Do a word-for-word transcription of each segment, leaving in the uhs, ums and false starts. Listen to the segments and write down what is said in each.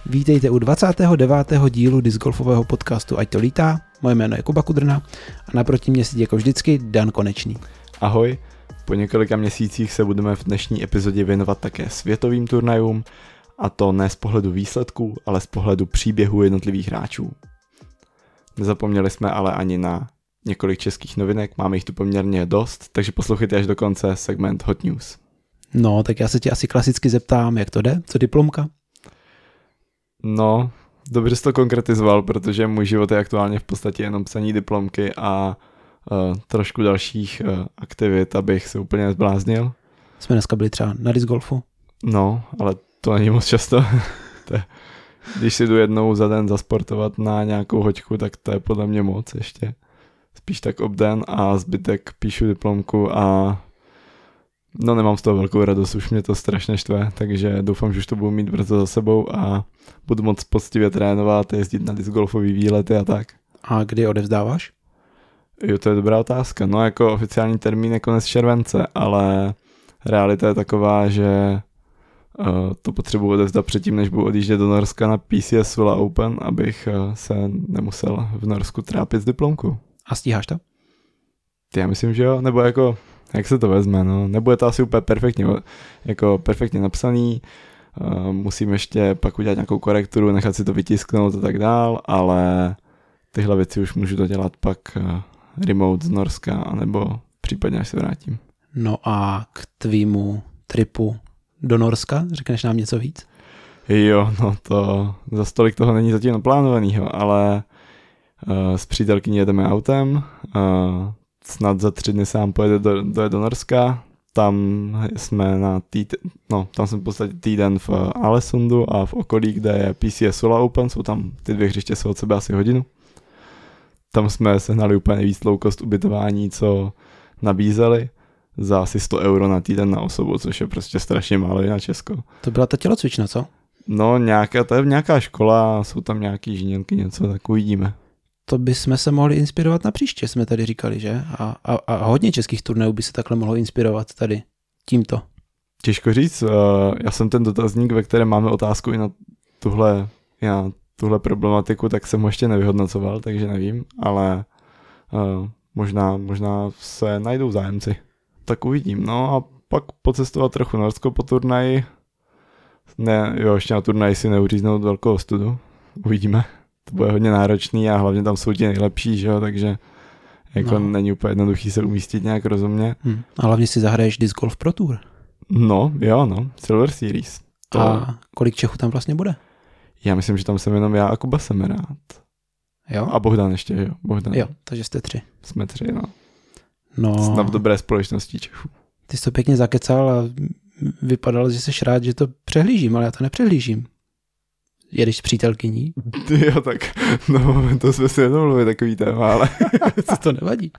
Vítejte u dvacátého devátého dílu discgolfového podcastu Ať to lítá. Moje jméno je Kuba Kudrna a naproti mě sedí jako vždycky Dan Konečný. Ahoj, po několika měsících se budeme v dnešní epizodě věnovat také světovým turnajům, a to ne z pohledu výsledků, ale z pohledu příběhu jednotlivých hráčů. Nezapomněli jsme ale ani na několik českých novinek, máme jich tu poměrně dost, takže poslouchejte až do konce segment Hot News. No, tak já se tě asi klasicky zeptám, jak to jde, co diplomka? No, dobře jsi to konkretizoval, protože můj život je aktuálně v podstatě jenom psaní diplomky a uh, trošku dalších uh, aktivit, abych se úplně nezbláznil. Jsme dneska byli třeba na discgolfu. No, ale to není moc často. je, když si jdu jednou za den zasportovat na nějakou hoďku, tak to je podle mě moc ještě. Spíš tak obden a zbytek píšu diplomku a no nemám z toho velkou radost, už mě to strašně štve, takže doufám, že už to budu mít brzo za sebou a budu moc poctivě trénovat, jezdit na discgolfový výlety a tak. A kdy odevzdáváš? Jo, to je dobrá otázka. No jako oficiální termín je konec července, ale realita je taková, že uh, to potřebuji odevzdat předtím, než budu odjíždět do Norska na P C S Sula Open, abych uh, se nemusel v Norsku trápit s diplomkou. A stíháš to? Já myslím, že jo, nebo jako jak se to vezme, no, nebude to asi úplně perfektně, jako perfektně napsaný, uh, musím ještě pak udělat nějakou korekturu, nechat si to vytisknout a tak dál, ale tyhle věci už můžu dodělat pak uh, remote z Norska, anebo případně až se vrátím. No a k tvýmu tripu do Norska, řekneš nám něco víc? Jo, no to za stolik toho není zatím naplánovanýho, ale uh, s přítelkyní jedeme autem, uh, snad za tři dny sám pojede do, do, do Norska, tam jsme na týden, no tam jsem v podstatě týden v Alesundu a v okolí, kde je P C S Sula Open, jsou tam ty dvě hřiště, jsou od sebe asi hodinu. Tam jsme sehnali úplně nejvíc low cost ubytování, co nabízeli, za asi sto euro na týden na osobu, což je prostě strašně málo i na Česko. To byla ta tělocvična, co? No nějaká, to je nějaká škola, jsou tam nějaký žíněnky, něco, tak uvidíme. To bychom se mohli inspirovat na příště, jsme tady říkali, že? A, a, a hodně českých turnajů by se takhle mohlo inspirovat tady tímto. Těžko říct, já jsem ten dotazník, ve kterém máme otázku i na tuhle, já, tuhle problematiku, tak jsem ho ještě nevyhodnocoval, takže nevím, ale uh, možná, možná se najdou zájemci. Tak uvidím, no a pak pocestovat trochu Norsko po turnaji. Ne, jo, ještě na turnaji si neuříznout velkou ostudu, uvidíme. To bude hodně náročný a hlavně tam jsou ti nejlepší, že jo, takže jako no. Není úplně jednoduchý se umístit nějak rozumně. Hmm. A hlavně si zahraješ Disc Golf Pro Tour. No, jo, no, Silver Series. To... A kolik Čechů tam vlastně bude? Já myslím, že tam jsem jenom já a Kuba Semerát. Jo? A Bohdan ještě, jo, Bohdan. Jo, takže jste tři. Jsme tři, no. No. Snad v dobré společnosti Čechů. Ty jsi to pěkně zakecal a vypadalo, že jsi rád, že to přehlížím, ale já to nepřehlížím. Jedeš s přítelkyní? Jo, tak, no, to jsme si nedomluvili takový téma, ale... Co to nevadí?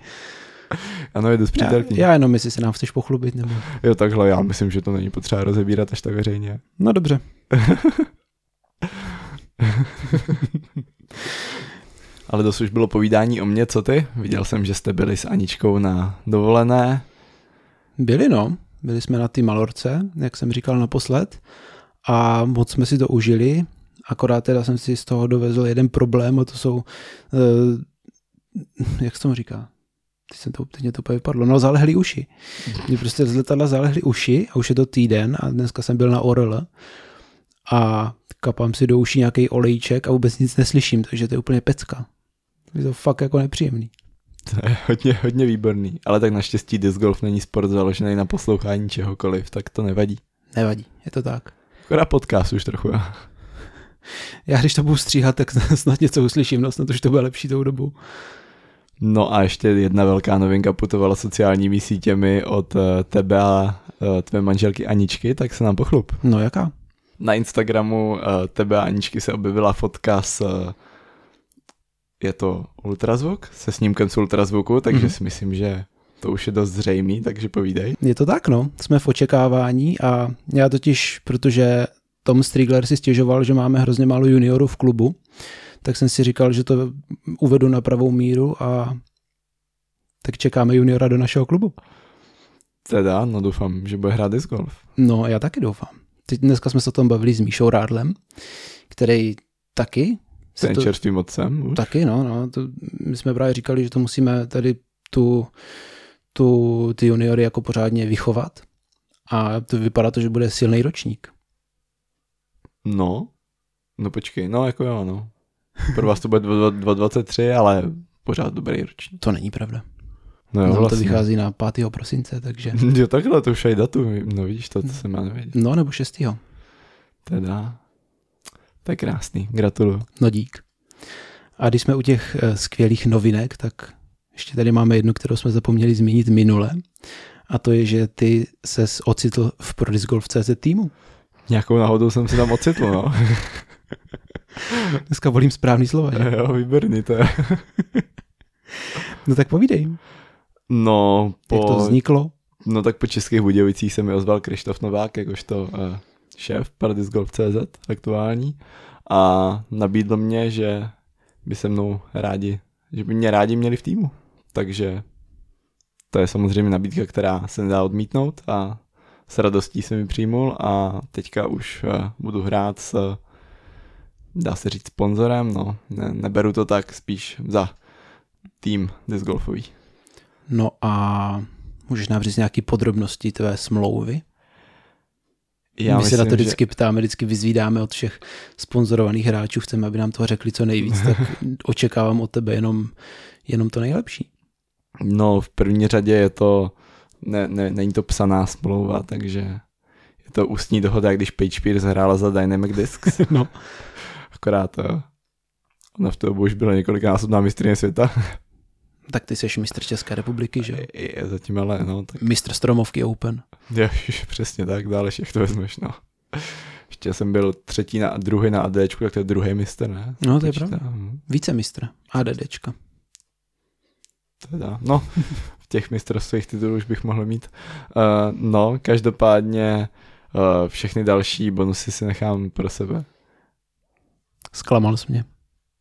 Ano, jedu s přítelkyní. Já, já jenom, jestli se nám chceš pochlubit, nebo... Jo, takhle, já myslím, že to není potřeba rozebírat až tak veřejně. No dobře. Ale dosud už bylo povídání o mně, co ty? Viděl jsem, že jste byli s Aničkou na dovolené. Byli, no. Byli jsme na té Malorce, jak jsem říkal naposled. A moc jsme si to užili. Akorát teda jsem si z toho dovezl jeden problém a to jsou, uh, jak se tomu říká? Teď, jsem to, teď mě to úplně vypadlo. No, zalehlý uši. Mě prostě z letadla zalehly uši a už je to týden a dneska jsem byl na O R L a kapám si do uší nějaký olejček a vůbec nic neslyším, takže to je úplně pecka. Je to fakt jako nepříjemný. To je hodně, hodně výborný. Ale tak naštěstí disc golf není sport založený na poslouchání čehokoliv, tak to nevadí. Nevadí, je to tak. Akorát podcast už trochu. Já když to budu stříhat, tak snad něco uslyším, no snad už to bude lepší tou dobu. No a ještě jedna velká novinka putovala sociálními sítěmi od tebe a tvé manželky Aničky, tak se nám pochlup. No jaká? Na Instagramu tebe a Aničky se objevila fotka s, je to ultrazvuk, se snímkem z ultrazvuku, takže mm-hmm. si myslím, že to už je dost zřejmý, takže povídej. Je to tak, no. Jsme v očekávání a já totiž, protože Tom Strigler si stěžoval, že máme hrozně málo juniorů v klubu, tak jsem si říkal, že to uvedu na pravou míru a tak čekáme juniora do našeho klubu. Teda, no doufám, že bude hrát disc golf. No, já taky doufám. teď dneska jsme se o tom bavili s Míšou Rádlem, který taky... Ten to, čerstvým otcem už. Taky, no. no to, my jsme právě říkali, že to musíme tady tu, tu, ty juniory jako pořádně vychovat a to vypadá to, že bude silný ročník. No, no počkej, no jako jo, no. Pro vás to bude dva dvacet tři, ale pořád dobrý ročník. To není pravda. No jo, Nám vlastně. to vychází na pátého prosince, takže... Jo, takhle, to už je datum, no vidíš, to, to jsem já nevěděl. No, nebo šestého Teda, to je krásný, gratuluju. No dík. A když jsme u těch uh, skvělých novinek, tak ještě tady máme jednu, kterou jsme zapomněli zmínit minule. A to je, že ty ses ocitl v Pro Disc Golf tečka cé zet týmu. Nějakou náhodou jsem se tam ocitl, no. Dneska volím správný slova, že? Jo, výborný to je. No tak povídej. No, po... Jak to vzniklo? No tak po Českých Budějovicích se mi ozval Krištof Novák, jakožto uh, šéf Pro Disc Golf tečka cé zet aktuální. A nabídl mě, že by se mnou rádi, že by mě rádi měli v týmu. Takže to je samozřejmě nabídka, která se nedá odmítnout a s radostí jsem ji přijmul a teďka už uh, budu hrát s, dá se říct, sponzorem, no ne, neberu to tak, spíš za tým disc golfový. No a můžeš nám říct nějaké podrobnosti tvé smlouvy? Já My myslím, se na to vždycky že... ptáme, vždycky vyzvídáme od všech sponzorovaných hráčů, chceme, aby nám toho řekli co nejvíc, tak očekávám od tebe jenom, jenom to nejlepší. No, v první řadě je to, ne, ne, není to psaná smlouva, takže je to ústní dohoda, když Paige Pierce hrála za Dynamic Discs. No. Akorát to, ona v té dobu už byla několikanásobná mistryně světa. Tak ty jsi mistr České republiky, že? Je zatím ale, no. Tak... Mistr Stromovky Open. Jo, přesně tak, dále jak to vezmeš, no. Ještě jsem byl třetí na druhý na ADčku, tak to je druhý mistr, ne? No, to je Počítá. pravda. Více mistr. ADDčka. Teda, no, v těch mistrovstvích titulů už bych mohl mít. Uh, no, každopádně uh, všechny další bonusy si nechám pro sebe. Zklamal jsi mě.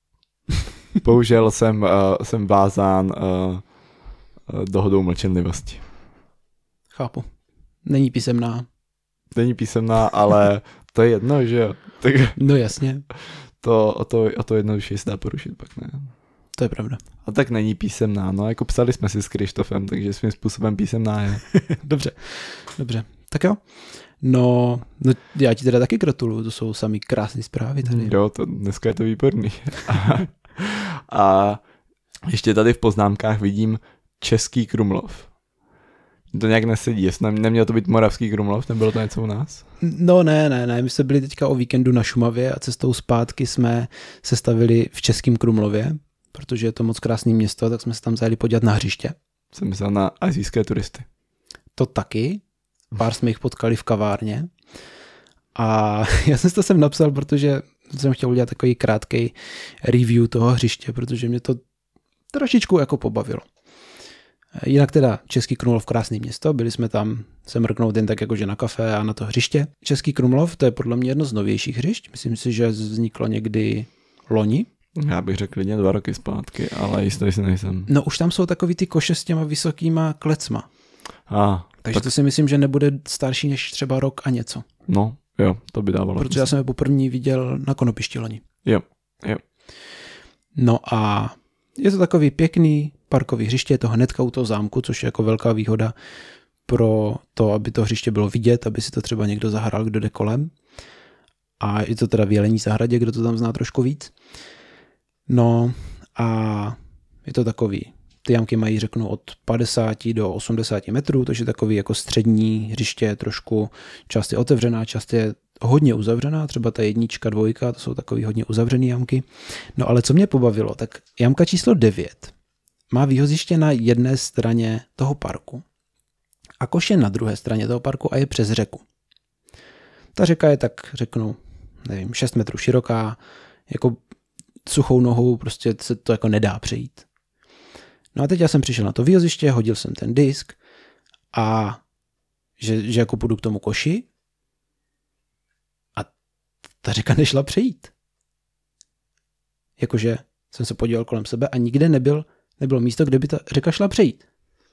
Bohužel jsem, uh, jsem vázán uh, uh, dohodou mlčenlivosti. Chápu. Není písemná. Není písemná, ale to je jedno, že jo? Tak no jasně. To, o, to, o to jednoduše se dá porušit, pak ne. To je pravda. A tak není písemná, no jako psali jsme si s Krištofem, takže svým způsobem písemná je. Dobře, dobře. Tak jo. No, no, já ti teda taky gratuluju, to jsou sami krásné zprávy tady. Jo, to, dneska je to výborný. a, a ještě tady v poznámkách vidím Český Krumlov. To nějak nesedí, jestli nemělo to být Moravský Krumlov, nebylo to něco u nás? No ne, ne, ne, my jsme byli teďka o víkendu na Šumavě a cestou zpátky jsme se stavili v Českém Krumlově, protože je to moc krásné město, tak jsme se tam zajeli podívat na hřiště. Jsem myslel na asijské turisty. To taky, pár jsme jich potkali v kavárně a já jsem si to sem napsal, protože jsem chtěl udělat takový krátký review toho hřiště, protože mě to trošičku jako pobavilo. Jinak teda Český Krumlov krásný město, byli jsme tam se mrknout jen tak jakože na kafe a na to hřiště. Český Krumlov, to je podle mě jedno z novějších hřišť, myslím si, že vzniklo někdy loni. Já bych řekl klidně dva roky zpátky, ale jistý si nejsem. No už tam jsou takový ty koše s těma vysokýma klecma. Ah, Takže tak... to si myslím, že nebude starší než třeba rok a něco. No, jo, to by dávalo. Protože já jsem je poprvé viděl na Konopišti loni. Jo, jo. No a je to takový pěkný parkový hřiště, je to hnedka u toho zámku, což je jako velká výhoda pro to, aby to hřiště bylo vidět, aby si to třeba někdo zahrál, kdo jde kolem. A je to teda v Jelení zahradě, kdo to tam zná trošku víc. No a je to takový, ty jamky mají, řeknu, od padesát do osmdesáti metrů, takže takový jako střední hřiště, trošku část je otevřená, část je hodně uzavřená, třeba ta jednička, dvojka, to jsou takový hodně uzavřený jamky. No ale co mě pobavilo, tak jamka číslo devět má výhoziště na jedné straně toho parku a koše na druhé straně toho parku a je přes řeku. Ta řeka je tak, řeknu, nevím, šest metrů široká, jako suchou nohou prostě se to jako nedá přejít. No a teď já jsem přišel na to výhoziště, hodil jsem ten disk a že, že jako půjdu k tomu koši a ta řeka nešla přejít. Jakože jsem se podíval kolem sebe a nikde nebyl, nebylo místo, kde by ta řeka šla přejít.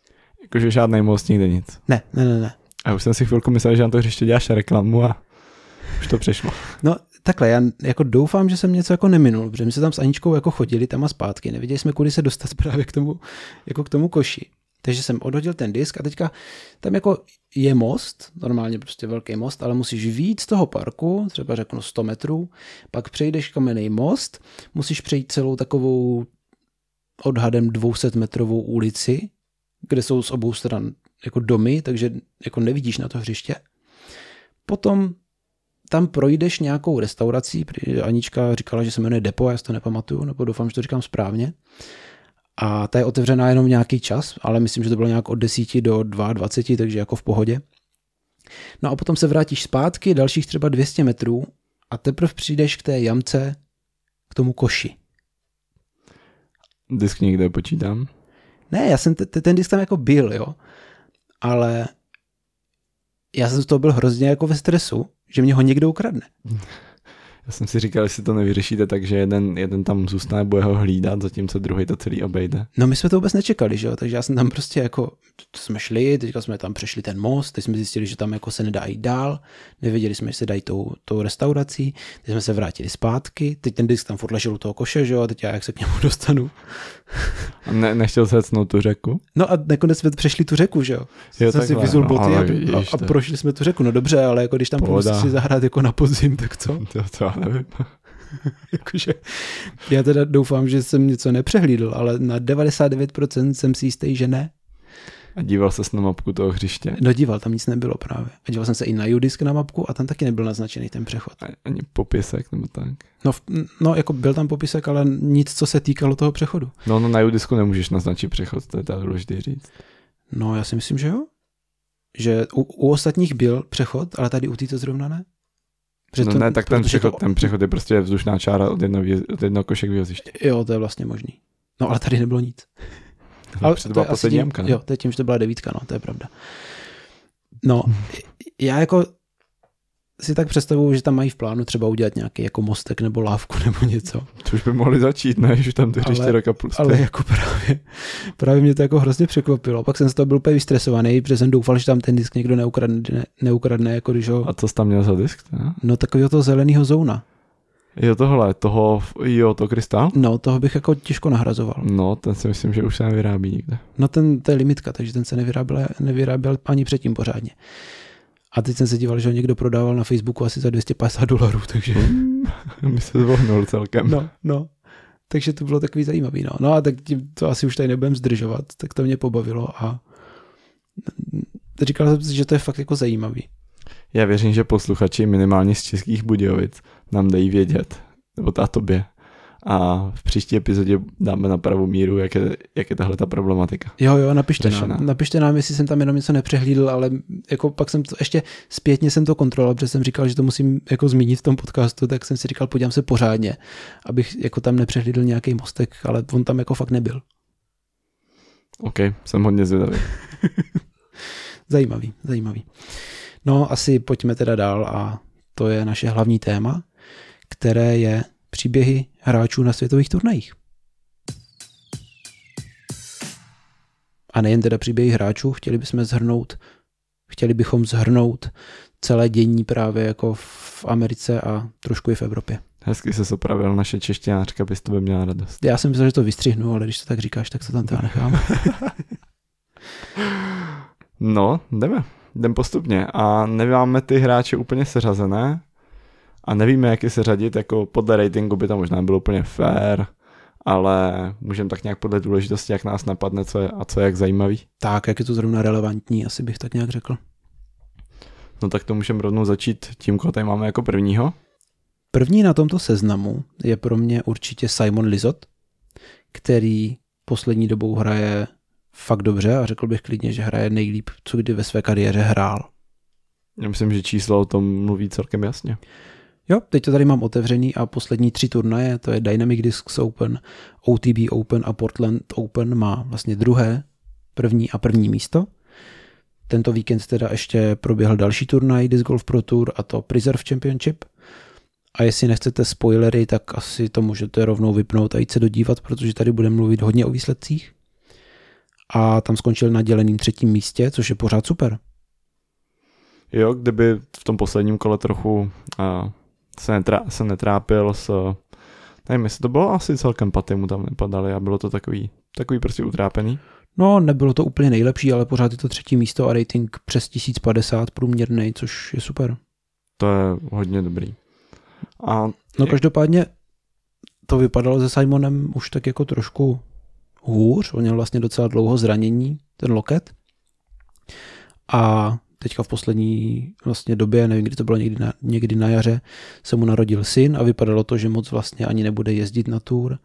Jakože žádnej most, nikde nic. Ne, ne, ne, ne. A už jsem si chvilku myslel, že na to hřiště děláš reklamu a... to přešlo. No takhle, já jako doufám, že jsem něco jako neminul, protože my se tam s Aničkou jako chodili tam a zpátky, nevěděli jsme, kudy se dostat právě k tomu, jako k tomu koši. Takže jsem odhodil ten disk a teďka tam jako je most, normálně prostě velký most, ale musíš vyjít z toho parku, třeba řeknu sto metrů, pak přejdeš kamenný most, musíš přejít celou takovou odhadem dvě stě metrovou ulici, kde jsou z obou stran jako domy, takže jako nevidíš na to hřiště. Potom tam projdeš nějakou restaurací, Anička říkala, že se jmenuje Depo, já si to nepamatuju, nebo doufám, že to říkám správně. A ta je otevřená jenom nějaký čas, ale myslím, že to bylo nějak od desíti do dvaceti dva, takže jako v pohodě. No a potom se vrátíš zpátky, dalších třeba dvě stě metrů a teprve přijdeš k té jamce, k tomu koši. Disk někde počítám? Ne, já jsem t- t- ten disk tam jako byl, jo. Ale já jsem z toho byl hrozně jako ve stresu, že mě ho někdo ukradne. Já jsem si říkal, jestli to nevyřešíte tak, že jeden, jeden tam zůstane, bude ho hlídat, zatímco druhý to celý obejde. No my jsme to vůbec nečekali, že jo, takže já jsem tam prostě jako, jsme šli, teďka jsme tam přešli ten most, teď jsme zjistili, že tam jako se nedá jít dál, nevěděli jsme, že se dají tou, tou restaurací, teď jsme se vrátili zpátky, teď ten disk tam furt ležel u toho koše, že jo, a teď já jak se k němu dostanu. A ne, nechtěl se cnout tu řeku? No a nakonec jsme přešli tu řeku, že jo. jo jsem si vyzul boty no, a, a, a prošli jsme tu řeku, no dobře, ale jako když tam půjdu si zahrát jako na podzim, tak co? To, to já nevím. Jakože, já teda doufám, že jsem něco nepřehlídl, ale na devadesát devět procent jsem si jistý, že ne. A díval ses na mapku toho hřiště? No díval, tam nic nebylo právě. A díval jsem se i na Udisk na mapku a tam taky nebyl naznačený ten přechod. Ani popisek nebo tak? No, no jako byl tam popisek, ale nic, co se týkalo toho přechodu. No, no na Udisku nemůžeš naznačit přechod, to je tak důležité říct. No já si myslím, že jo. Že u, u ostatních byl přechod, ale tady u této zrovna ne. No to, ne, tak ten přechod, to... ten přechod je prostě vzdušná čára od jednoho, od jednoho koše k výjeziště. Jo, to je vlastně možný. No ale tady nebylo nic. No, ale to byla poslední jamka, ne? Jo, to je tím, že to byla devítka, no, to je pravda. No, já jako si tak představuju, že tam mají v plánu třeba udělat nějaký jako mostek nebo lávku nebo něco. To už by mohli začít, ne? Že tam ty hřiště roka plus. Ale jako právě, právě mě to jako hrozně překvapilo. Pak jsem z toho byl úplně vystresovaný, protože jsem doufal, že tam ten disk někdo neukradne, ne, neukradne jako když ho... A co jsi tam měl za disk? Ne? No takového toho zeleného zóna. Jo, tohle, toho, jo, to krystal? No, toho bych jako těžko nahrazoval. No, ten si myslím, že už se nevyrábí nikde. No, ten, to je limitka, takže ten se nevyráběl, nevyráběl ani předtím pořádně. A teď jsem se díval, že ho někdo prodával na Facebooku asi za dvě stě padesát dolarů, takže... Mi se zvohnul celkem. No, no. Takže to bylo takový zajímavý, no. No a tak tím to asi už tady nebudem zdržovat, tak to mě pobavilo a říkal jsem si, že to je fakt jako zajímavý. Já věřím, že posluchači minimálně z Českých Budějovic nám dají vědět, nebo ta tobě. A v příští epizodě dáme na pravou míru, jak je, jak je tahle ta problematika. Jo, jo, napište Řešená. nám. Napište nám, jestli jsem tam jenom něco nepřehlídl, ale jako pak jsem to ještě zpětně jsem to kontroloval, protože jsem říkal, že to musím jako zmínit v tom podcastu, tak jsem si říkal, podívám se pořádně, abych jako tam nepřehlídl nějaký mostek, ale on tam jako fakt nebyl. OK, jsem hodně zvědavý. Zajímavý, zajímavý. No, asi pojďme teda dál a to je naše hlavní téma, které je příběhy hráčů na světových turnajích. A nejen teda příběhy hráčů, chtěli bychom zhrnout, chtěli bychom zhrnout celé dění právě jako v Americe a trošku i v Evropě. Hezky se opravil, naše češtěnářka by z tebe měla radost. Já jsem myslel, že to vystřihnu, ale když to tak říkáš, tak se tam teda nechám. No, jdeme. Jdem postupně a nemáme ty hráče úplně seřazené a nevíme, jak je seřadit, jako podle ratingu by to možná bylo úplně fair, ale můžeme tak nějak podle důležitosti, jak nás napadne, co je a co je jak zajímavý. Tak, jak je to zrovna relevantní, asi bych tak nějak řekl. No tak to můžeme rovnou začít tím, koho tady máme jako prvního. První na tomto seznamu je pro mě určitě Simon Lizotte, který poslední dobou hraje fakt dobře a řekl bych klidně, že hraje nejlíp, co kdy ve své kariéře hrál. Já myslím, že číslo o tom mluví celkem jasně. Jo, teď to tady mám otevřený a poslední tři turnaje, to je Dynamic Discs Open, O T B Open a Portland Open, má vlastně druhé, první a první místo. Tento víkend teda ještě proběhl další turnaj Disc Golf Pro Tour a to Preserve Championship. A jestli nechcete spoilery, tak asi to můžete rovnou vypnout a jít se dodívat, protože tady budeme mluvit hodně o výsledcích. A tam skončil na děleným třetím místě, což je pořád super. Jo, kdyby v tom posledním kole trochu uh, se, netrá, se netrápil s, nevím, jestli to bylo asi celkem paty mu tam nepadaly a bylo to takový, takový prostě utrápený. No, nebylo to úplně nejlepší, ale pořád je to třetí místo a rating přes tisíc padesát průměrný, což je super. To je hodně dobrý. A no každopádně to vypadalo se Simonem už tak jako trošku hůř, on měl vlastně docela dlouho zranění, ten loket. A teďka v poslední vlastně době, nevím, kdy to bylo někdy na, někdy na jaře, se mu narodil syn a vypadalo to, že moc vlastně ani nebude jezdit na tour.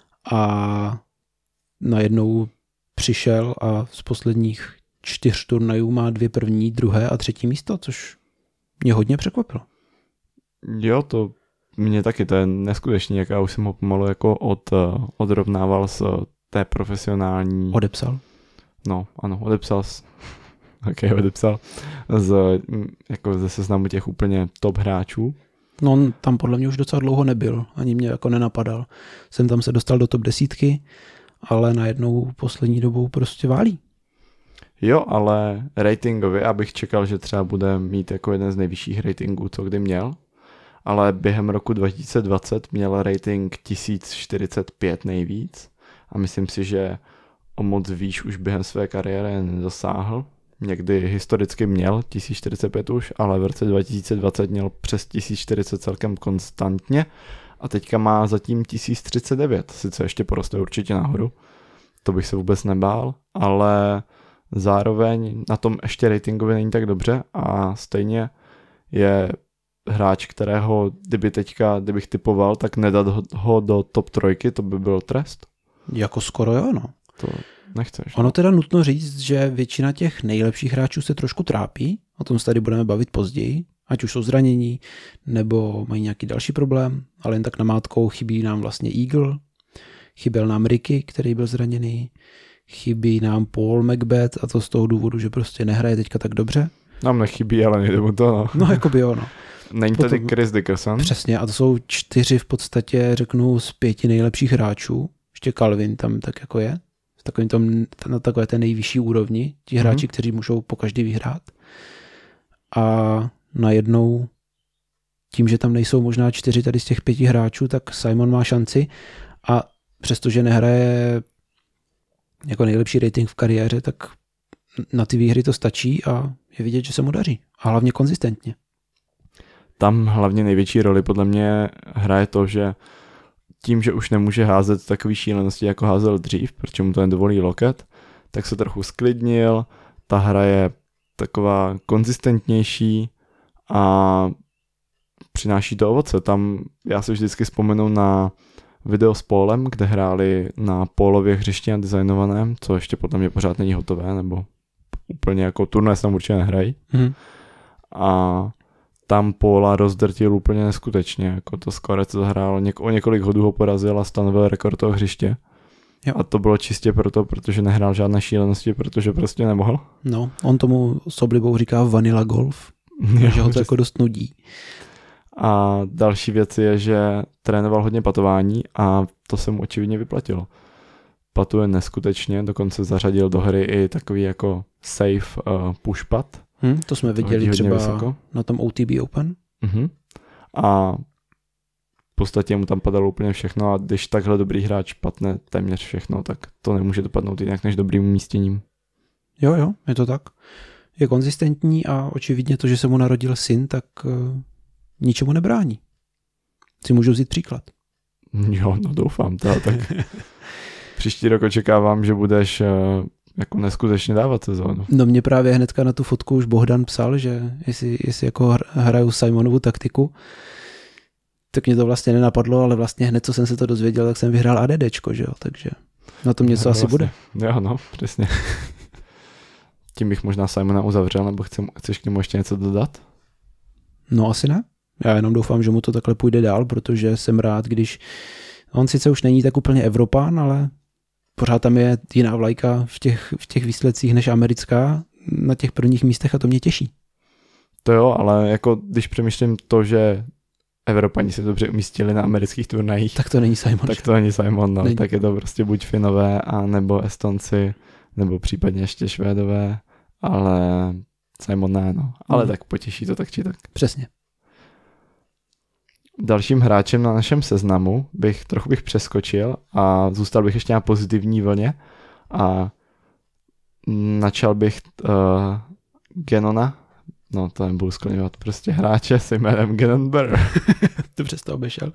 A najednou přišel a z posledních čtyř turnajů má dvě první, druhé a třetí místo, což mě hodně překvapilo. Jo, to mě taky, to je neskutečný, jak já už jsem ho pomalu jako od, odrovnával z té profesionální... Odepsal? No, ano, odepsal. Ok, odepsal z, jako ze seznamu těch úplně top hráčů. No on tam podle mě už docela dlouho nebyl, ani mě jako nenapadal. Jsem tam se dostal do top desítky, ale najednou poslední dobou prostě válí. Jo, ale ratingově, abych čekal, že třeba bude mít jako jeden z nejvyšších ratingů, co kdy měl, ale během roku dva tisíce dvacet měl rating tisíc čtyřicet pět nejvíc a myslím si, že o moc výš už během své kariéry nedosáhl. Někdy historicky měl tisíc čtyřicet pět už, ale v roce dva tisíce dvacet měl přes tisíc čtyřicet celkem konstantně a teďka má zatím tisíc třicet devět. Sice ještě poroste určitě nahoru, to bych se vůbec nebál, ale zároveň na tom ještě ratingově není tak dobře a stejně je hráč, kterého kdyby teďka, kdybych typoval, tak nedat ho do top trojky, to by byl trest. Jako skoro jo, no. To nechceš. Ono teda nutno říct, že většina těch nejlepších hráčů se trošku trápí, o tom se tady budeme bavit později, ať už jsou zranění, nebo mají nějaký další problém, ale jen tak namátkou chybí nám vlastně Eagle, chyběl nám Ricky, který byl zraněný, chybí nám Paul Macbeth a to z toho důvodu, že prostě nehraje teďka tak dobře. Nám nechybí, ale nejde mu to, no. No, jako by ono. Není tady Chris Dickerson? Přesně, a to jsou čtyři v podstatě, řeknu, z pěti nejlepších hráčů. Ještě Calvin tam tak jako je. V takovým tom, na takové té nejvyšší úrovni. Ti hráči, mm-hmm. kteří můžou po každý vyhrát. A najednou tím, že tam nejsou možná čtyři tady z těch pěti hráčů, tak Simon má šanci a přestože nehraje jako nejlepší rating v kariéře, tak na ty výhry to stačí a je vidět, že se mu daří. A hlavně konzistentně. Tam hlavně největší roli podle mě hraje to, že tím, že už nemůže házet takový šílenosti, jako házel dřív, protože mu to nedovolí loket, tak se trochu sklidnil, ta hra je taková konzistentnější a přináší to ovoce. Tam já si vždycky vzpomenu na video s Paulem, kde hráli na Paulově hřišti designovaném, co ještě podle mě pořád není hotové, nebo úplně jako turnaj se tam určitě nehrají. Hmm. A tam Paula rozdrtil úplně neskutečně, jako to skorec zahrál, něk- o několik hodů ho porazil a stanovil rekord toho hřiště. Jo. A to bylo čistě proto, protože nehrál žádné šílenosti, protože prostě nemohl. No, on tomu s oblibou říká vanilla golf, že ho to jako dost nudí. A další věc je, že trénoval hodně patování a to se mu očividně vyplatilo. Patuje neskutečně, dokonce zařadil do hry i takový jako safe uh, push putt. Hmm, to jsme viděli to třeba vysoko. Na tom O T B Open. Uh-huh. A v podstatě mu tam padalo úplně všechno a když takhle dobrý hráč patne téměř všechno, tak to nemůže dopadnout jinak než dobrým umístěním. Jo, jo, je to tak. Je konzistentní a očividně to, že se mu narodil syn, tak uh, ničemu nebrání. Si můžu vzít příklad. Jo, no doufám. To, tak příští rok očekávám, že budeš uh, jako neskutečně dávat sezónu. No mě právě hnedka na tu fotku už Bohdan psal, že jestli, jestli jako hraju Simonovu taktiku, tak mě to vlastně nenapadlo, ale vlastně hned, co jsem se to dozvěděl, tak jsem vyhrál ADDčko, že jo, takže na tom něco no, asi vlastně bude. Jo, no, přesně. Tím bych možná Simona uzavřel, nebo chci, chceš k němu ještě něco dodat? No asi ne. Já jenom doufám, že mu to takhle půjde dál, protože jsem rád, když on sice už není tak úplně Evropán, ale pořád tam je jiná vlajka v těch, v těch výsledcích než americká na těch prvních místech a to mě těší. To jo, ale jako když přemýšlím to, že Evropani se dobře umístili na amerických turnajích, tak to není Simon. Tak to není Simon, no. Není. Tak je to prostě buď Finové, a nebo Estonci, nebo případně ještě Švédové, ale Simon ne, no. Ale Hmm. tak potěší to tak či tak. Přesně. Dalším hráčem na našem seznamu bych trochu bych přeskočil a zůstal bych ještě na pozitivní vlně a načal bych uh, Genona, no to nebudu skloňovat, prostě hráče se jménem Ganon Burr. Dobře jsi to obešel.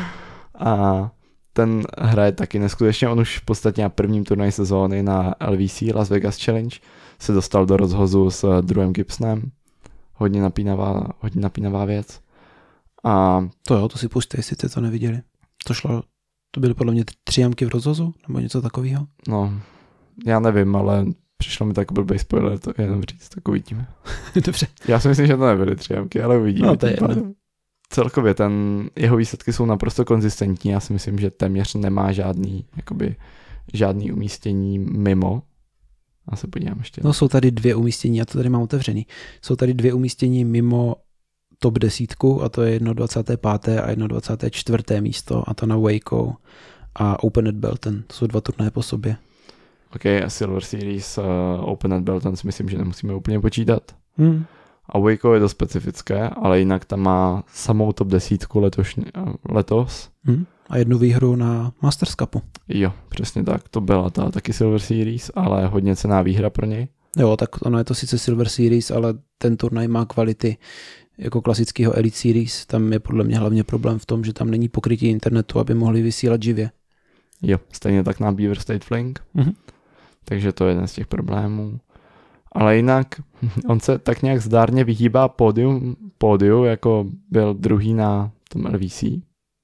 A ten hraje taky neskutečně, on už v podstatě na prvním turnaji sezóny na L V C, Las Vegas Challenge, se dostal do rozhozu s Drewem Gibsonem. Hodně napínavá, hodně napínavá věc. A To jo, to si puste, jestli jste to neviděli. To šlo, to byly podle mě tři jamky v rozhozu, nebo něco takového. no, já nevím, ale přišlo mi tak blbý spoiler, to jenom říct, tak uvidíme. Dobře. Já si myslím, že to nebyly tři jamky, ale uvidíme. No, to je tím jedno. pádem. Celkově ten, jeho výsledky jsou naprosto konzistentní, já si myslím, že téměř nemá žádný, jakoby, žádný umístění mimo. Já se podívám ještě. No jsou tady dvě umístění, já to tady mám otevřený. Jsou tady dvě umístění mimo top desítku a to je dvacáté páté a dvacáté čtvrté místo a to na Waco a Open at Belton. To jsou dva turnaje po sobě. OK, a Silver Series uh, Open at Belton si myslím, že nemusíme úplně počítat. Hmm. A Waco je dost specifické, ale jinak tam má samou top desítku letošní, letos. Hmm. A jednu výhru na Masters Cupu. Jo, přesně tak, to byla ta taky Silver Series, ale hodně cenná výhra pro něj. Jo, tak ono je to sice Silver Series, ale ten turnaj má kvality jako klasického Elite Series. Tam je podle mě hlavně problém v tom, že tam není pokrytí internetu, aby mohli vysílat živě. Jo, stejně tak na Beaver State Fling. Mhm. Takže to je jeden z těch problémů. Ale jinak on se tak nějak zdárně vyhýbá pódium, pódiu, jako byl druhý na tom L V C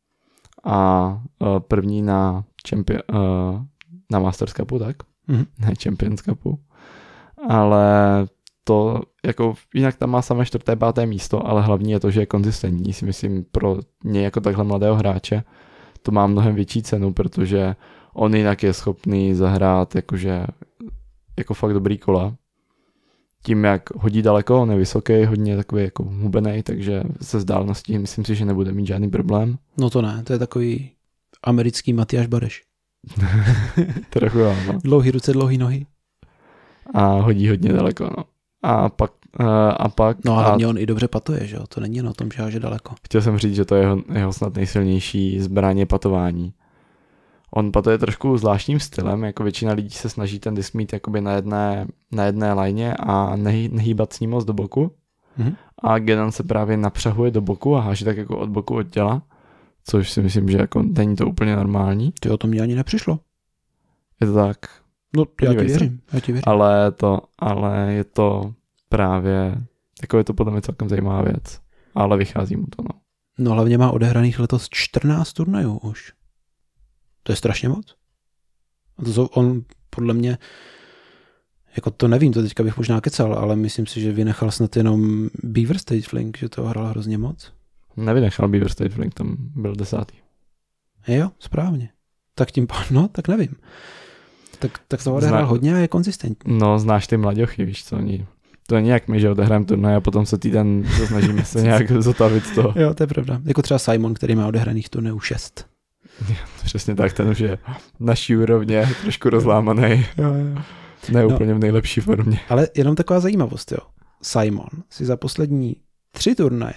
a uh, první na, champion, uh, na Masters Cupu, tak? Mhm. Ne Champions Cupu. Ale to, jako jinak tam má samé čtvrté, páté místo, ale hlavní je to, že je konzistentní. Si myslím, pro něj jako takhle mladého hráče to má mnohem větší cenu, protože on jinak je schopný zahrát jakože, jako fakt dobrý kola. Tím, jak hodí daleko, on je vysoký, hodně takový jako hubenej, takže se vzdáleností myslím si, že nebude mít žádný problém. No to ne, to je takový americký Matyáš Bareš. Trochu jo, no. Dlouhý ruce, dlouhý nohy. A hodí hodně daleko, no. A pak, uh, a pak... No a a hlavně on i dobře patuje, že jo? To není jen o tom, že háže daleko. chtěl jsem říct, že to je jeho, jeho snad nejsilnější zbraně patování. On patuje trošku zvláštním stylem, jako většina lidí se snaží ten disk mít jakoby na jedné, na jedné lajně a nehý, nehýbat s ním moc do boku. Mhm. A Ganon se právě napřahuje do boku a háže tak jako od boku od těla, což si myslím, že jako není to úplně normální. Ty o tom mě ani nepřišlo. Je to tak, No, já ti Podívej se. věřím, já ti věřím. ale, to, ale je to právě, jako je to podle mě celkem zajímavá věc, ale vychází mu to, no. No hlavně má odehraných letos čtrnáct turnajů už. To je strašně moc. A to jsou, on podle mě, jako to nevím, to teďka bych možná kecal, ale myslím si, že vynechal snad jenom Beaver State Fling, že to hrál hrozně moc. Nevynechal Beaver State Fling, tam byl desátý. Jo, správně. Tak tím, no, tak nevím. Tak, tak to odehrál Zna- hodně a je konzistentní. No, znáš ty mladěchy, víš co, oni, to není jak my, že odehrajeme turnaj a potom se týden snažíme se nějak zotavit z toho. Jo, to je pravda. Jako třeba Simon, který má odehraných turnajů šest. Přesně tak, ten už je naší úrovně, trošku rozlámaný, Jo, jo. ne No. úplně v nejlepší formě. Ale jenom taková zajímavost, jo. Simon si za poslední tři turnaje,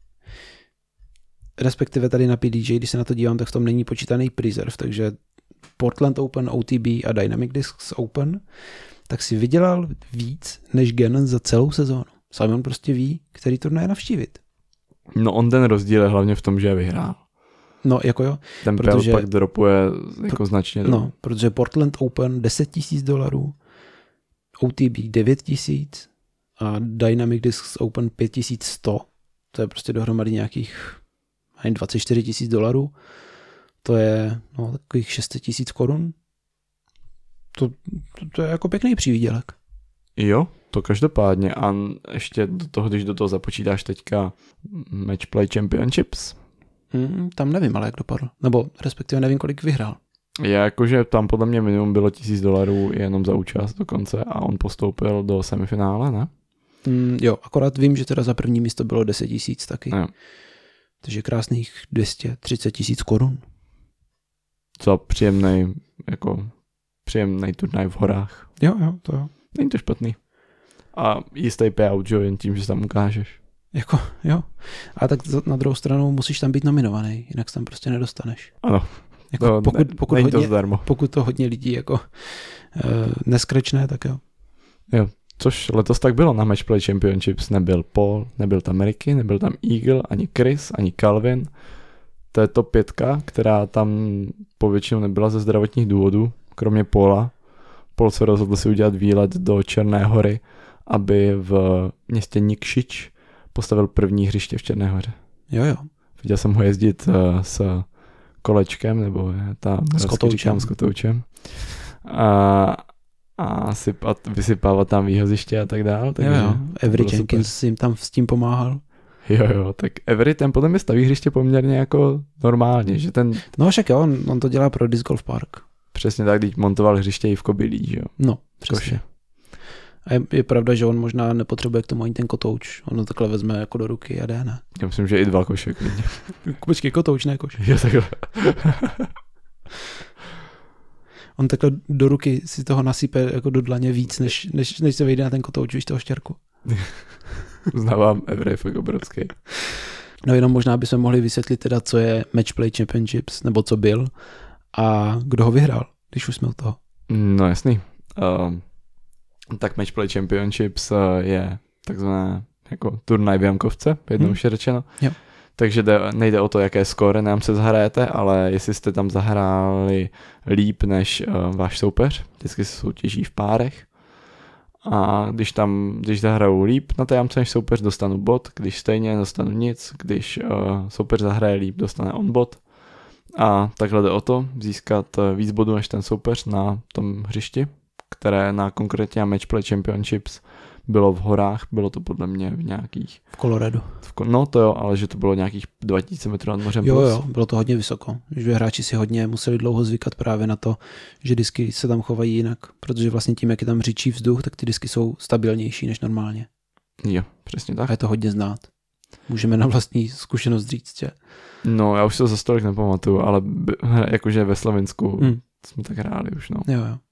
respektive tady na P D J, když se na to dívám, tak v tom není počítaný Preserve, takže Portland Open, O T B a Dynamic Discs Open, tak si vydělal víc než Ganon za celou sezónu. Simon prostě ví, který turnaje navštívit. No on ten rozdíl je hlavně v tom, že je vyhrál. No, jako jo. Ten Protože- protože, pak dropuje jako Pro- značně. No, protože Portland Open deset tisíc dolarů, O T B devět tisíc a Dynamic Discs Open pět tisíc sto. To je prostě dohromady nějakých ani dvacet čtyři tisíc dolarů. To je no, takových šest set tisíc korun. To, to, to je jako pěkný přívídělek. Jo, to každopádně. A ještě do toho, když do toho započítáš teďka Matchplay Championships, Hmm, tam nevím, ale jak dopadl. Nebo respektive nevím, kolik vyhrál. je jakože tam podle mě minimum bylo tisíc dolarů jenom za účast dokonce a on postoupil do semifinále, ne? Hmm, jo, akorát vím, že teda za první místo bylo deset tisíc taky. Jo. Takže krásných dvě stě třicet tisíc korun. Za příjemnej, jako příjemnej turnaj v horách. Jo, jo, to jo. Není to špatný. a jistý payout, že jen tím, že tam ukážeš. Jako, jo. A tak na druhou stranu musíš tam být nominovaný, jinak se tam prostě nedostaneš. Ano. Jako No, pokud, ne, pokud, hodně, to pokud to hodně lidí jako uh, neskrečne, tak jo. Jo, což letos tak bylo na Matchplay Championships. Nebyl Paul, nebyl tam Ricky, nebyl tam Eagle, ani Chris, ani Calvin. To je to pětka, která tam povětšinou nebyla ze zdravotních důvodů, kromě Paula. Paul se rozhodl si udělat výlet do Černé Hory, aby v městě Nikšič postavil první hřiště v Černé Hoře. Jo, jo. Viděl jsem ho jezdit uh, s kolečkem, nebo je tam s kotoučem. s kotoučem. A, a sypat, vysypávat tam výhoziště a tak dál. Takže jo, jo. Avery Jenkins jim tam s tím pomáhal. Jo, jo, tak Avery ten podle mě staví hřiště poměrně jako normálně, že ten... No však jo, on, on to dělá pro Disc Golf Park. Přesně tak, když montoval hřiště i v Kobylí, že jo. No, přesně. Koše. A je, je pravda, že on možná nepotřebuje k tomu ani ten kotouč. On to takhle vezme jako do ruky a jde, ne? Já myslím, že i dva koše. Počkej, kotouč, ne koš. Jo, takhle. On takhle do ruky si toho nasype jako do dlaně víc, než, než, než se vejde na ten kotouč, víš, toho štěrku. Uznávám, Avery fakt obrovský. No jenom možná bychom mohli vysvětlit teda, co je Matchplay Championships, nebo co byl a kdo ho vyhrál, když už jsme u toho. No jasný. Um, tak Matchplay Championships je takzvané jako turnaj v Jankovce, jednou už hmm. je řečeno. Jo. Takže jde, nejde o to, jaké skóre nám se zahrajete, ale jestli jste tam zahráli líp než uh, váš soupeř, vždycky se soutěží v párech. A když tam, když zahraju líp na té jamce než soupeř, dostanu bod, když stejně dostanu nic, když uh, soupeř zahraje líp, dostane on bod. A takhle jde o to, získat víc bodů než ten soupeř na tom hřišti, které na konkrétně Matchplay Championships bylo v horách, bylo to podle mě v nějakých... V Coloradu. V, no to jo, ale že to bylo nějakých dva tisíce metrů nad mořem. Jo, plus. jo, bylo to hodně vysoko. Že hráči si hodně museli dlouho zvykat právě na to, že disky se tam chovají jinak, protože vlastně tím, jak je tam řičí vzduch, tak ty disky jsou stabilnější než normálně. Jo, přesně tak. A je to hodně znát. Můžeme na vlastní zkušenost říct, že... No, já už to za stolik nepamatuju, ale by, jakože ve Slovensku hmm. jsme tak hráli už, no. Jo, jo.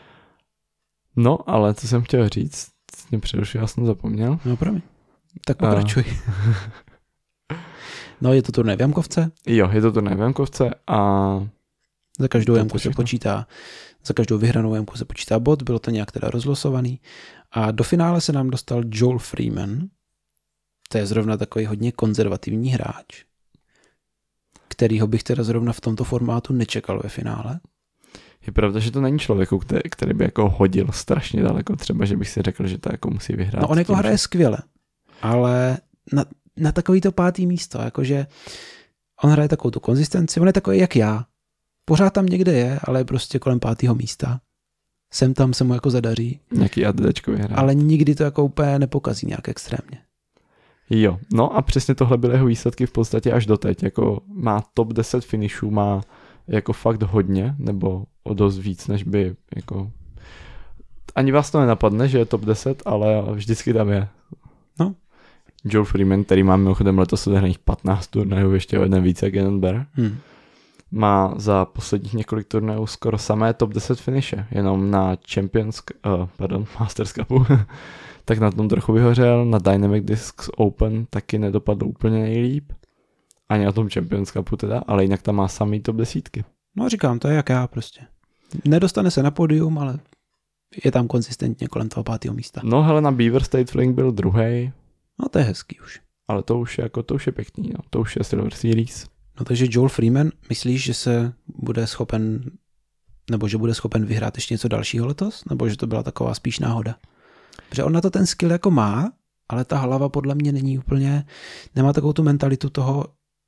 No, ale co jsem chtěl říct, mě přerušil, já jsem zapomněl. No, promiň. Tak pokračuj. A... no, je to turnaj v Jankovce? Jo, je to turnaj v Jankovce a... Za každou jamku se počítá, za každou vyhranou jamku se počítá bod, bylo to nějak teda rozlosovaný. A do finále se nám dostal Joel Freeman, to je zrovna takový hodně konzervativní hráč, kterýho bych teda zrovna v tomto formátu nečekal ve finále. Je pravda, že to není člověk, který, který by jako hodil strašně daleko, třeba, že bych si řekl, že to jako musí vyhrát. No on jako tím, hraje že... skvěle, ale na, na takový to pátý místo, jakože on hraje takovou tu konzistenci, on je takový jak já. Pořád tam někde je, ale je prostě kolem pátého místa. Sem tam se mu jako zadaří. Nějaký ADDčko vyhrá. Ale nikdy to jako úplně nepokazí nějak extrémně. Jo, no a přesně tohle byly jeho výsledky v podstatě až doteď. Jako má top deset finishů, má jako fakt hodně, nebo o dost víc, než by jako... Ani vás to nenapadne, že je top deset, ale vždycky tam je. No. Joel Freeman, který má mimochodem letos odehraných patnáct turnajů, ještě o jeden více jak Gannon Bear. Hmm. Má za posledních několik turnajů skoro samé top deset finishe, jenom na Champions, uh, pardon, Masters Cupu, tak na tom trochu vyhořel, na Dynamic Discs Open taky nedopadl úplně nejlíp, ani na tom Champions Cupu teda, ale jinak tam má samý top desítky. No říkám, to je jak já prostě. Nedostane se na pódium, ale je tam konzistentně kolem toho pátého místa. No hele, na Beaver State Fling byl druhej. No to je hezký už. Ale to už je, jako, to už je pěkný, no. To už je Silver Series. No takže Joel Freeman, myslíš, že se bude schopen, nebo že bude schopen vyhrát ještě něco dalšího letos? Nebo že to byla taková spíš náhoda? Protože on na to ten skill jako má, ale ta hlava podle mě není úplně, nemá takovou tu mentalitu toho,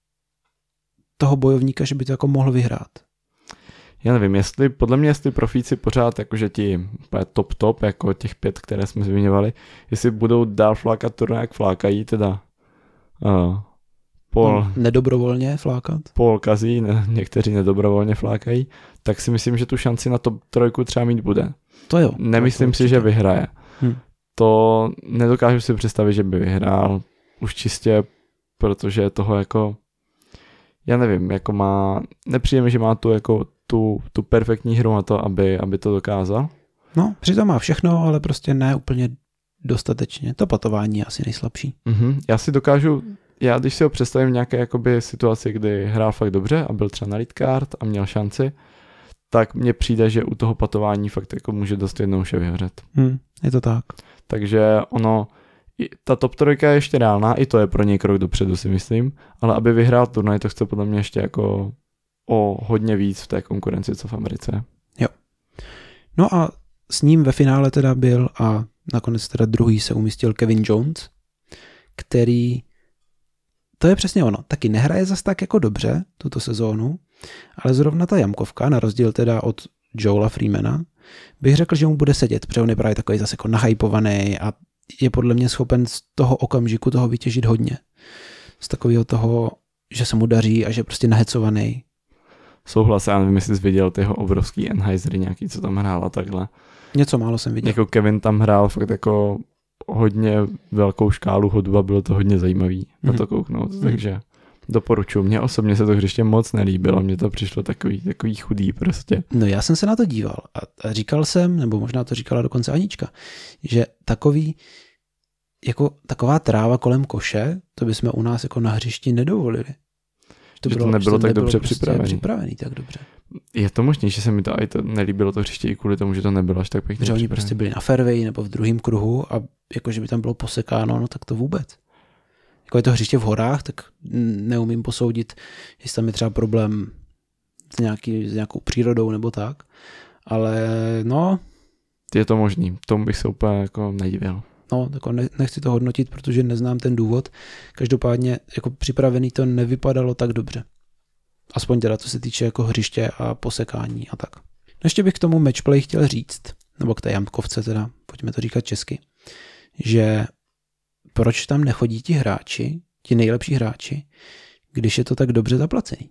toho bojovníka, že by to jako mohl vyhrát. Já nevím, jestli, podle mě, jestli profíci pořád, jakože ti top top, jako těch pět, které jsme zmiňovali, jestli budou dál flákat turnaj, jak flákají, teda uh, Paul, no, nedobrovolně flákat. Paul kazí, ne, někteří nedobrovolně flákají, tak si myslím, že tu šanci na top trojku třeba mít bude. To jo. Nemyslím to si, že vyhraje. Hm. To nedokážu si představit, že by vyhrál. Už čistě, protože toho jako, já nevím, jako má, nepřijde mi, že má tu jako tu, tu perfektní hru na to, aby, aby to dokázal. No, přitom má všechno, ale prostě ne úplně dostatečně. To patování je asi nejslabší. Mm-hmm. Já si dokážu, já když si ho představím v nějaké jakoby situaci, kdy hrál fakt dobře a byl třeba na lead card a měl šanci, tak mně přijde, že u toho patování fakt jako může dost jednou vše vyhořet. Hmm, je to tak. Takže ono, ta top trojka je ještě reálná, i to je pro něj krok dopředu, si myslím, ale aby vyhrál turnaj, to chce podle mě ještě jako o hodně víc v té konkurenci, co v Americe. Jo. No a s ním ve finále teda byl a nakonec teda druhý se umístil Kevin Jones, který, to je přesně ono, taky nehraje zas tak jako dobře tuto sezónu, ale zrovna ta jamkovka, na rozdíl teda od Joela Freemana, bych řekl, že mu bude sedět, protože on je právě takový zase jako nahypovaný a je podle mě schopen z toho okamžiku toho vytěžit hodně. Z takového toho, že se mu daří a že je prostě nahecovaný. Souhlas, já nevím, jestli jsi viděl tyho obrovský Enheisery nějaký, co tam hrál a takhle. Něco málo jsem viděl. Jako Kevin tam hrál fakt jako hodně velkou škálu hodu a bylo to hodně zajímavý mm-hmm. na to kouknout, mm-hmm. takže doporučuji. Mně osobně se to hřiště moc nelíbilo, mně to přišlo takový, takový chudý prostě. No já jsem se na to díval a říkal jsem, nebo možná to říkala dokonce Anička, že takový, jako taková tráva kolem koše, to bychom u nás jako na hřišti nedovolili. To že bylo, to nebylo tak nebylo dobře prostě připravený. připravený. tak dobře. Je to možný, že se mi to, to nelíbilo to hřiště i kvůli tomu, že to nebylo až tak pěkně. Že oni prostě byli na fairway nebo v druhém kruhu a jakože by tam bylo posekáno, no tak to vůbec. Jako je to hřiště v horách, tak neumím posoudit, jestli tam je třeba problém s, nějaký, s nějakou přírodou nebo tak, ale no. Je to možný, tomu bych se úplně jako nedivil. No, jako ne, nechci to hodnotit, protože neznám ten důvod. Každopádně jako připravený to nevypadalo tak dobře. Aspoň teda, co se týče jako hřiště a posekání a tak. No ještě bych k tomu matchplay chtěl říct, nebo k té jamkovce teda, pojďme to říkat česky, že proč tam nechodí ti hráči, ti nejlepší hráči, když je to tak dobře zaplacený?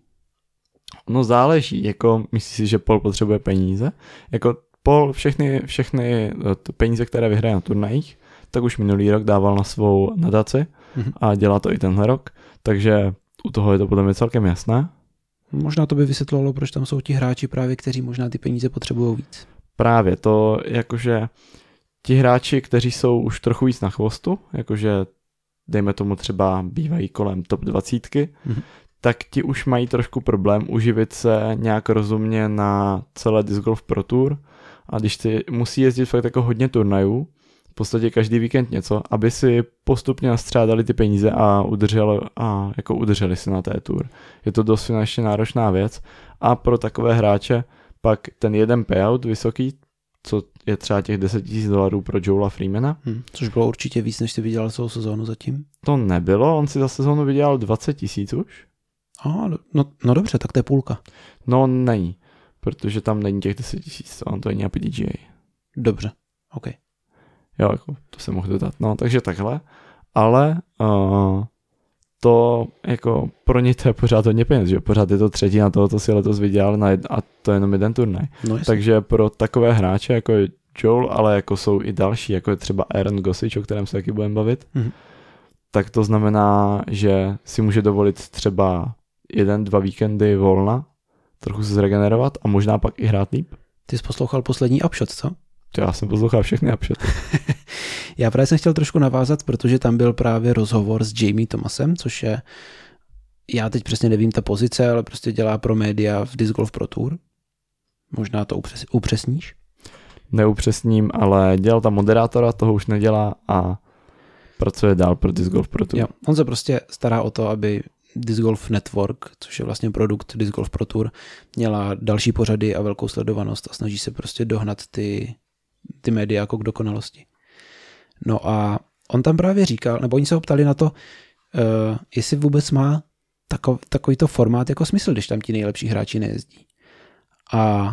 No záleží, jako myslíš si, že Paul potřebuje peníze? Jako Paul všechny, všechny peníze, které vyhraje na turnajích, tak už minulý rok dával na svou nadaci mm-hmm. a dělá to i tenhle rok, takže u toho je to podle mě celkem jasné. Možná to by vysvětlovalo, proč tam jsou ti hráči právě, kteří možná ty peníze potřebují víc. Právě to, jakože ti hráči, kteří jsou už trochu víc na chvostu, jakože dejme tomu třeba bývají kolem top dvacítky, mm-hmm. tak ti už mají trošku problém uživit se nějak rozumně na celé Disc Golf Pro Tour a když ty musí jezdit fakt jako hodně turnajů, v podstatě každý víkend něco, aby si postupně nastřádali ty peníze a udrželi, a jako udrželi si na té tour. Je to dost finančně náročná věc a pro takové hráče pak ten jeden payout vysoký, co je třeba těch deset tisíc dolarů pro Joela Freemana. Hmm, což bylo určitě víc, než si vydělal celou sezónu zatím. To nebylo, on si za sezónu vydělal dvacet tisíc už. Aha, no, no dobře, tak to je půlka. No není, protože tam není těch deset tisíc, on to není na P D G A. Dobře, OK. Jo, jako, to se mohl dodat. No, takže takhle. Ale uh, to jako pro ně to je pořád hodně peněz, že pořád je to třetina toho, co si letos vydělal na jed, a to je jenom jeden turnaj. No, takže pro takové hráče, jako je Joel, ale jako jsou i další, jako je třeba Aaron Gossage, o kterém se taky budeme bavit, mm-hmm. tak to znamená, že si může dovolit třeba jeden, dva víkendy volna, trochu se zregenerovat a možná pak i hrát líp. Ty jsi poslouchal poslední Upshot, co? Já jsem poslouchal všechny Upshoty. Já právě jsem chtěl trošku navázat, protože tam byl právě rozhovor s Jamie Thomasem, což je, já teď přesně nevím ta pozice, ale prostě dělá pro média v Disc Golf Pro Tour. Možná to upřes, upřesníš? Neupřesním, ale dělal tam moderátora, toho už nedělá a pracuje dál pro Disc Golf Pro Tour. Jo, on se prostě stará o to, aby Disc Golf Network, což je vlastně produkt Disc Golf Pro Tour, měla další pořady a velkou sledovanost a snaží se prostě dohnat ty, ty média jako k dokonalosti. No a on tam právě říkal, nebo oni se ho ptali na to, uh, jestli vůbec má takov, takovýto formát jako smysl, když tam ti nejlepší hráči nejezdí. A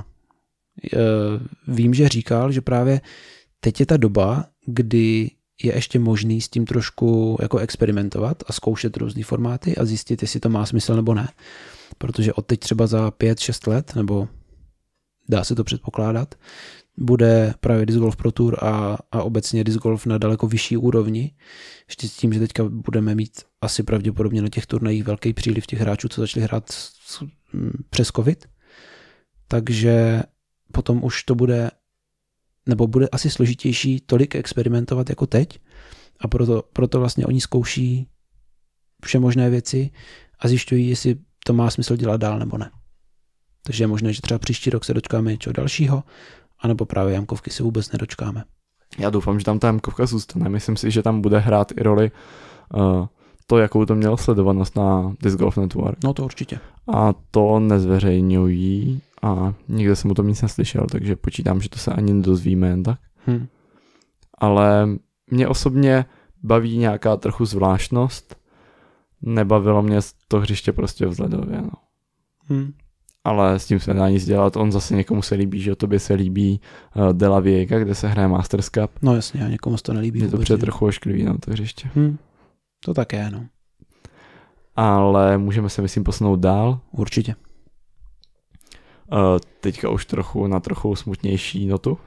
uh, vím, že říkal, že právě teď je ta doba, kdy je ještě možný s tím trošku jako experimentovat a zkoušet různý formáty a zjistit, jestli to má smysl nebo ne. Protože od teď třeba za pět šest let, nebo dá se to předpokládat, bude právě Disc Golf Pro Tour a, a obecně Disc Golf na daleko vyšší úrovni. Ještě s tím, že teďka budeme mít asi pravděpodobně na těch turnajích velký příliv těch hráčů, co začali hrát s, s, přes covid. Takže potom už to bude nebo bude asi složitější tolik experimentovat jako teď a proto, proto vlastně oni zkouší vše možné věci a zjišťují, jestli to má smysl dělat dál nebo ne. Takže je možné, že třeba příští rok se dočkáme něčeho dalšího, anebo právě jamkovky se vůbec nedočkáme. Já doufám, že tam ta jamkovka zůstane. Myslím si, že tam bude hrát i roli uh, to, jakou to mělo sledovanost na Disc Golf Network. No to určitě. A to nezveřejňují a nikde jsem o tom nic neslyšel, takže počítám, že to se ani nedozvíme jen tak. Hmm. Ale mě osobně baví nějaká trochu zvláštnost. Nebavilo mě to hřiště prostě vzhledově. No. Hmm. Ale s tím se nedá nic dělat. On zase někomu se líbí, že tobě se líbí uh, De La Viega, kde se hraje Masters Cup. No jasně, a někomu se to nelíbí. Je to před trochu ošklivý na to hřiště. Hmm. To také, no. Ale můžeme se, myslím, posunout dál. Určitě. Uh, teďka už trochu na trochu smutnější notu.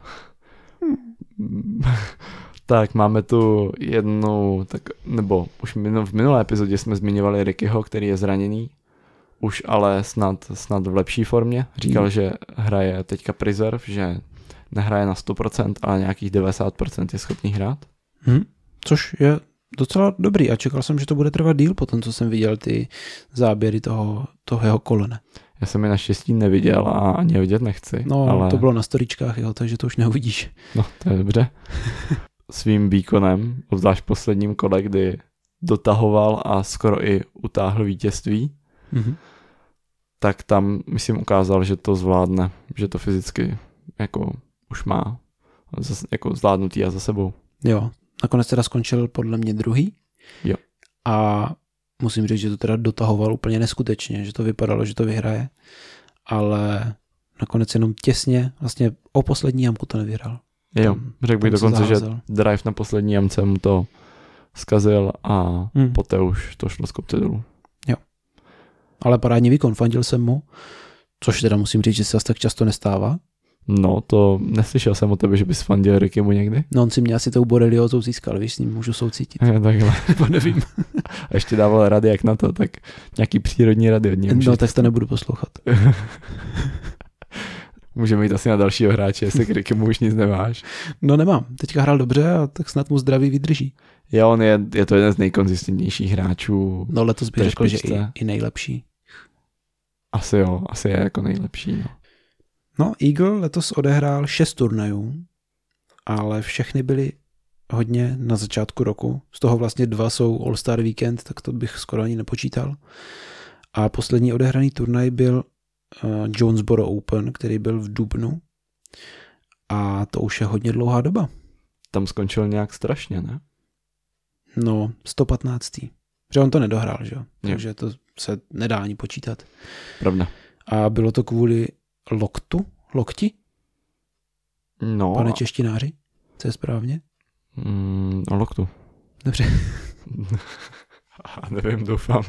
Hmm. Tak máme tu jednu, tak, nebo už v minulé epizodě jsme zmiňovali Rickyho, který je zraněný. Už ale snad, snad v lepší formě. Říkal, hmm. že hraje teďka Preserve, že nehraje na sto procent, ale nějakých devadesát procent je schopný hrát. Hmm. Což je docela dobrý a čekal jsem, že to bude trvat díl potom, co jsem viděl ty záběry toho, toho jeho kolene. Já jsem je naštěstí neviděl a ani je vidět nechci. No, ale... to bylo na storičkách, jo, takže to už neuvidíš. No, to je dobře. Svým výkonem, obzvlášť v posledním kole, kdy dotahoval a skoro i utáhl vítězství, mm-hmm. tak tam, myslím, ukázal, že to zvládne, že to fyzicky jako už má jako zvládnutý a za sebou. Jo, nakonec teda skončil podle mě druhý. Jo. A musím říct, že to teda dotahoval úplně neskutečně, že to vypadalo, že to vyhraje, ale nakonec jenom těsně, vlastně o poslední jamku to nevyhrál. Jo, řekl bych dokonce, že drive na poslední jamce mu to zkazil a hmm. poté už to šlo z kopce dolů. Jo. Ale parádní výkon, fandil jsem mu, což teda musím říct, že se asi tak často nestává. No, to neslyšel jsem o tebe, že bys fandil Rickymu někdy. No, on si mě asi tou boreliózou získal, víš, s ním můžu soucítit. Je, takhle. Nebo nevím. A ještě dával rady jak na to, tak nějaký přírodní rady od něj. No, tak to nebudu poslouchat. Můžeme jít asi na dalšího hráče, jestli k Rickymu už nic nemáš. No nemám, teďka hrál dobře a tak snad mu zdraví vydrží. Jo, on je, je to jeden z nejkonzistentnějších hráčů. No letos bych řekl, že i, i nejlepší. Asi jo, asi je jako nejlepší. No. No, Eagle letos odehrál šest turnajů, ale všechny byly hodně na začátku roku. Z toho vlastně dva jsou All-Star Weekend, tak to bych skoro ani nepočítal. A poslední odehraný turnaj byl uh, Jonesboro Open, který byl v dubnu. A to už je hodně dlouhá doba. Tam skončil nějak strašně, ne? No, sto patnáctý Že on to nedohrál, že jo? Takže to se nedá ani počítat. Pravda. A bylo to kvůli loktu? Lokti? No. Pane češtináři? Co je správně? Mm, o loktu. Dobře. Nevím, doufám.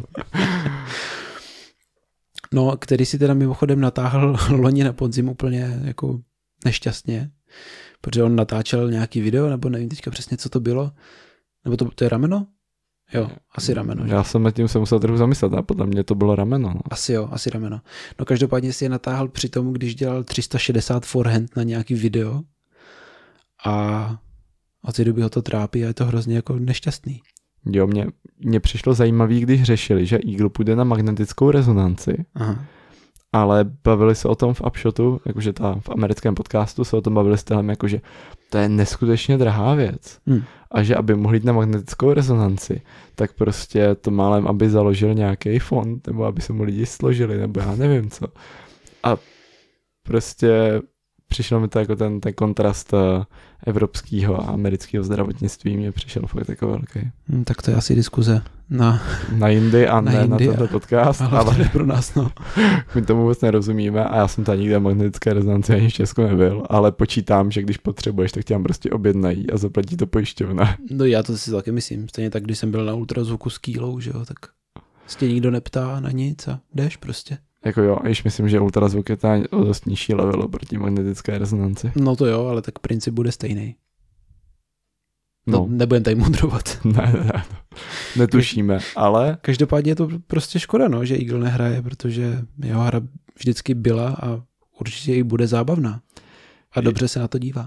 No, který si teda mimochodem natáhl loni na podzim úplně jako nešťastně, protože on natáčel nějaký video, nebo nevím teďka přesně, co to bylo. Nebo to, to je rameno? Jo, asi rameno. Že? Já jsem nad tím se musel trochu zamyslet a podle mě to bylo rameno. No. Asi jo, asi rameno. No každopádně si je natáhl při tomu, když dělal tři sta šedesát forehand na nějaký video a od té doby ho to trápí a je to hrozně jako nešťastný. Jo, mě, mě přišlo zajímavý, když řešili, že Eagle půjde na magnetickou rezonanci, aha. ale bavili se o tom v Upshotu, jakože ta v americkém podcastu se o tom bavili s tím, jakože to je neskutečně drahá věc. Hmm. A že aby mohli jít na magnetickou rezonanci, tak prostě to málem, aby založil nějaký fond, nebo aby se mu lidi složili, nebo já nevím co. A prostě přišlo mi to jako ten, ten kontrast evropského a amerického zdravotnictví mě přišel fakt jako velký. Hmm, tak to je asi diskuze na, na jindy a na ne jindy na tento podcast. Ale, ale pro nás, no. My tomu vůbec nerozumíme a já jsem tady nikde magnetické rezonanci ani v Česku nebyl, ale počítám, že když potřebuješ, tak tě tam prostě objednají a zaplatí to pojišťovna. No já to si taky myslím. Stejně tak, když jsem byl na ultrazvuku s kýlou, že jo, tak se tě nikdo neptá na nic a jdeš prostě. Jako jo, již myslím, že ultrazvuk je ta o dost nižší level proti magnetické rezonanci. No to jo, ale tak princip bude stejný. No. Nebudem tady mudrovat. ne, ne, ne, netušíme, ale... Každopádně je to prostě škoda, no, že Eagle nehraje, protože jeho hra vždycky byla a určitě i bude zábavná. A dobře se na to dívá.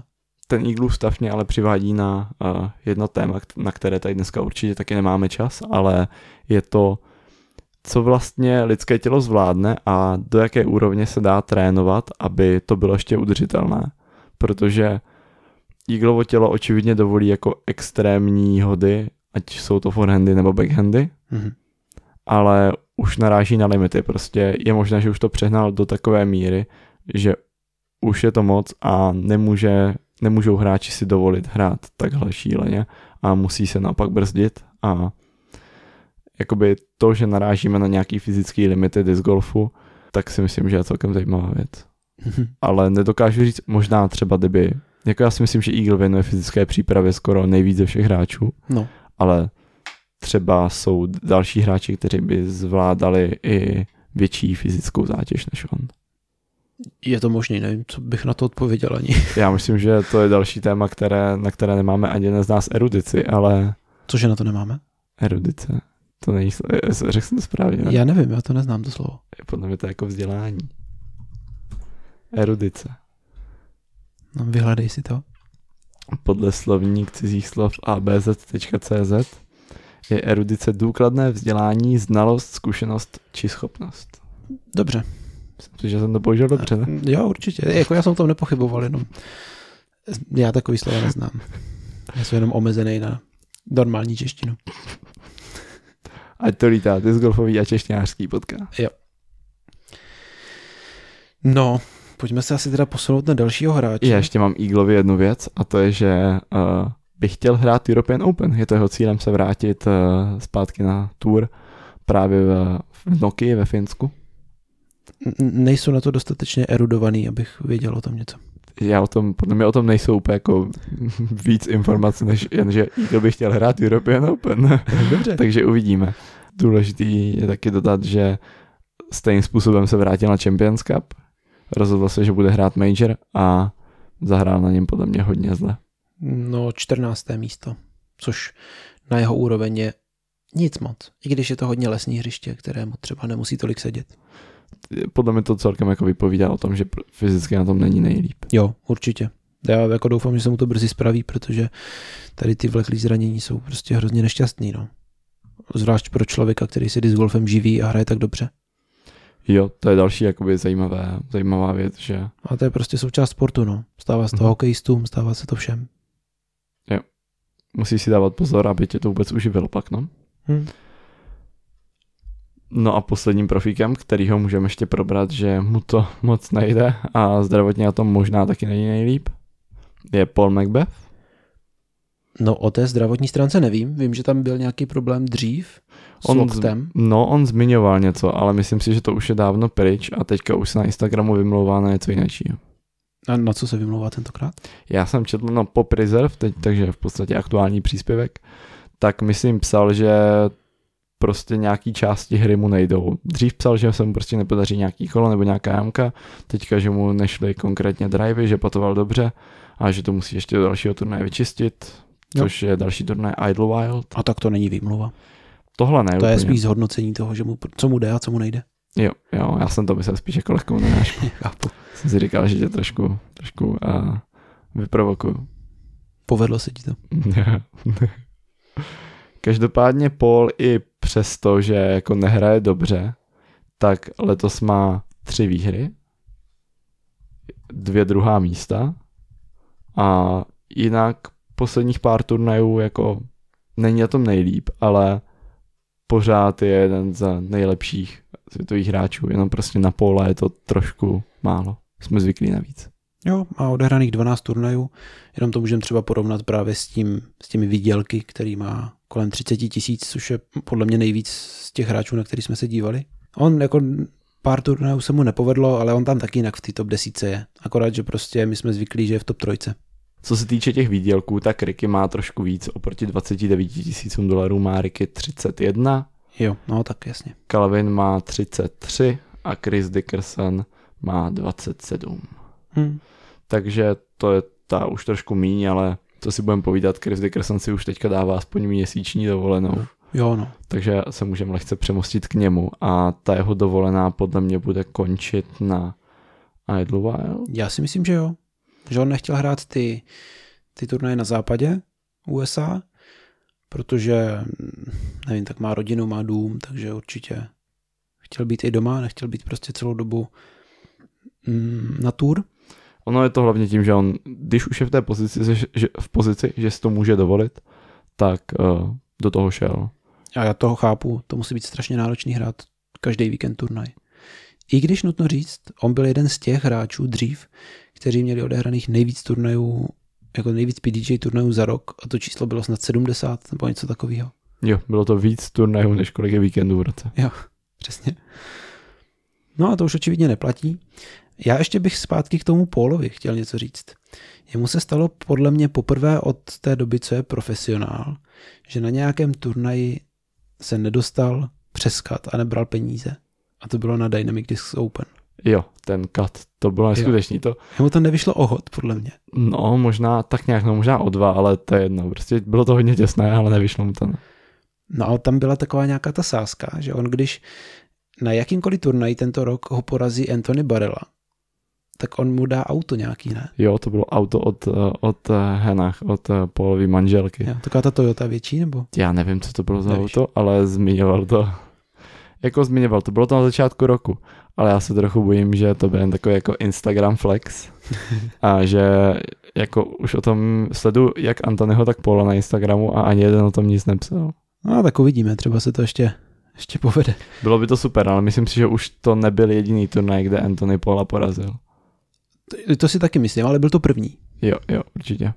ten Eaglův stav mě ale přivádí na uh, jedno téma, na které tady dneska určitě taky nemáme čas, ale je to, co vlastně lidské tělo zvládne a do jaké úrovně se dá trénovat, aby to bylo ještě udržitelné. Protože Eaglovo tělo očividně dovolí jako extrémní hody, ať jsou to forehandy nebo backhandy, mm-hmm. ale už naráží na limity. Prostě je možné, že už to přehnal do takové míry, že už je to moc a nemůže, nemůžou hráči si dovolit hrát takhle šíleně a musí se naopak brzdit a jakoby to, že narážíme na nějaký fyzický limity disc golfu, tak si myslím, že je celkem zajímavá věc. Mm-hmm. Ale nedokážu říct, možná třeba kdyby, jako já si myslím, že Eagle věnuje fyzické přípravě skoro nejvíc ze všech hráčů, no. Ale třeba jsou další hráči, kteří by zvládali i větší fyzickou zátěž než on. Je to možný, nevím, co bych na to odpověděl ani. Já myslím, že to je další téma, které, na které nemáme ani jeden z nás erudici, ale... Cože na to nemáme? Erudice. To není, řekl jsem to správně. Ne? Já nevím, já to neznám, to slovo. Podle mě to je jako vzdělání. Erudice. No, vyhledej si to. Podle slovník cizích slov a b z tečka c z je erudice důkladné vzdělání, znalost, zkušenost či schopnost. Dobře. Myslím, že jsem to použil dobře, ne? Jo, určitě. Jako já jsem o tom nepochyboval, jenom já takový slova neznám. Já jsem jenom omezený na normální češtinu. Ať to lítá, disc golfový a češtinářský podcast. Jo. No, pojďme se asi teda posunout na dalšího hráče. Já ještě mám Eaglovi jednu věc a to je, že uh, bych chtěl hrát European Open. Je to jeho cílem se vrátit uh, zpátky na tour právě v, v Nokii ve Finsku. Nejsou na to dostatečně erudovaný, abych věděl o tom něco. Já o tom, podle mě o tom nejsou úplně jako víc informací, než jen, že Eagle by chtěl hrát European Open. Dobře. Takže uvidíme. Důležitý je taky dodat, že stejným způsobem se vrátil na Champions Cup. Rozhodl se, že bude hrát Major a zahrál na něm podle mě hodně zle. No, čtrnácté místo, což na jeho úroveň je nic moc. I když je to hodně lesní hřiště, kterému třeba nemusí tolik sedět. Podle mě to celkem jako vypovídá o tom, že fyzicky na tom není nejlíp. Jo, určitě. Já jako doufám, že se mu to brzy spraví, protože tady ty vleklý zranění jsou prostě hrozně nešťastný. No. Zvlášť pro člověka, který se disc golfem živí a hraje tak dobře. Jo, to je další jakoby zajímavé, zajímavá věc, že... A to je prostě součást sportu, no. Stává se to mm. hokejistům, stává se to všem. Jo. Musíš si dávat pozor, aby tě to vůbec uživilo pak, no. Hmm. No a posledním profíkem, kterýho můžeme ještě probrat, že mu to moc nejde a zdravotně na tom možná taky není nejlíp, je Paul McBeth. No o té zdravotní stránce nevím, vím, že tam byl nějaký problém dřív s on loktem. Z, no on zmiňoval něco, ale myslím si, že to už je dávno pryč a teďka už se na Instagramu vymlouvá na něco jiného. A na co se vymlouvá tentokrát? Já jsem četl no Pop Reserve, teď, takže v podstatě aktuální příspěvek, tak myslím psal, že prostě nějaký části hry mu nejdou. Dřív psal, že se mu prostě nepodaří nějaký kolo nebo nějaká jamka, teďka, že mu nešly konkrétně drivey, že patoval dobře a že to musí ještě do dalšího turnaje vyčistit, což jo. Je další turnaj Idlewild. A tak to není výmluva. Tohle ne. To úplně. Je spíš zhodnocení toho, že mu, co mu jde a co mu nejde. Jo, jo, já jsem to myslel spíš jako lehkou narážku. Chápu. Jsem si říkal, že tě trošku, trošku uh, vyprovokuju. Povedlo se ti to. Každopádně Paul i přesto, že jako nehraje dobře, tak letos má tři výhry, dvě druhá místa a jinak posledních pár turnajů jako není na tom nejlíp, ale pořád je jeden z nejlepších světových hráčů, jenom prostě na Paula je to trošku málo. Jsme zvyklí na víc. Jo, má odehraných dvanáct turnajů, jenom to můžeme třeba porovnat právě s, tím, s těmi výdělky, který má kolem třicet tisíc, což je podle mě nejvíc z těch hráčů, na který jsme se dívali. On jako pár turnajů se mu nepovedlo, ale on tam taky jinak v té top desítce je. Akorát, že prostě my jsme zvyklí, že je v top trojce. Co se týče těch výdělků, tak Ricky má trošku víc. Oproti dvacet devět tisícům dolarů má Ricky třicet jedna. Jo, no tak jasně. Calvin má třicet tři a Chris Dickerson má dvacet sedm. Hmm. Takže to je ta už trošku míň, ale co si budeme povídat, Chris Dickerson si už teďka dává aspoň měsíční dovolenou. Jo, no. Takže se můžeme lehce přemostit k němu a ta jeho dovolená podle mě bude končit na Idlewild. Já si myslím, že jo. Že on nechtěl hrát ty, ty turnaje na západě U S A, protože, nevím, tak má rodinu, má dům, takže určitě chtěl být i doma, nechtěl být prostě celou dobu mm, na tour. Ono je to hlavně tím, že on, když už je v té pozici, že, v pozici, že si to může dovolit, tak uh, do toho šel. A já toho chápu, to musí být strašně náročný hrát každý víkend turnaj. I když nutno říct, on byl jeden z těch hráčů dřív, kteří měli odehraných nejvíc turnajů, jako nejvíc P D J turnajů za rok a to číslo bylo snad sedmdesát nebo něco takového. Jo, bylo to víc turnajů, než kolik je víkendů v roce. Jo, přesně. No a to už očividně neplatí. Já ještě bych zpátky k tomu Paulovi chtěl něco říct. Jemu se stalo podle mě poprvé od té doby, co je profesionál, že na nějakém turnaji se nedostal přeskat a nebral peníze. A to bylo na Dynamic Discs Open. Jo, ten cut, to bylo neskutečný. To... Jemu to nevyšlo o hod, podle mě. No, možná tak nějak, no možná o dva, ale to je jedno. Prostě bylo to hodně těsné, ale nevyšlo mu to. Ne. No a tam byla taková nějaká ta sázka, že on když na jakýmkoliv turnaji tento rok ho porazí Anthony Barella, tak on mu dá auto nějaký, ne? Jo, to bylo auto od, od Henach, od Paulovy manželky. Jo, taková ta Toyota větší, nebo? Já nevím, co to bylo za Nevíš. auto, ale zmiňoval to. Jako zmiňoval, to bylo to na začátku roku, ale já se trochu bojím, že to bude jen takový jako Instagram flex a že jako už o tom sleduju jak Antonyho, tak Paula na Instagramu a ani jeden o tom nic nepsal. No tak uvidíme, třeba se to ještě, ještě povede. Bylo by to super, ale myslím si, že už to nebyl jediný turnaj, kde Anthony Paula porazil. To, to si taky myslím, ale byl to první. Jo, jo, určitě.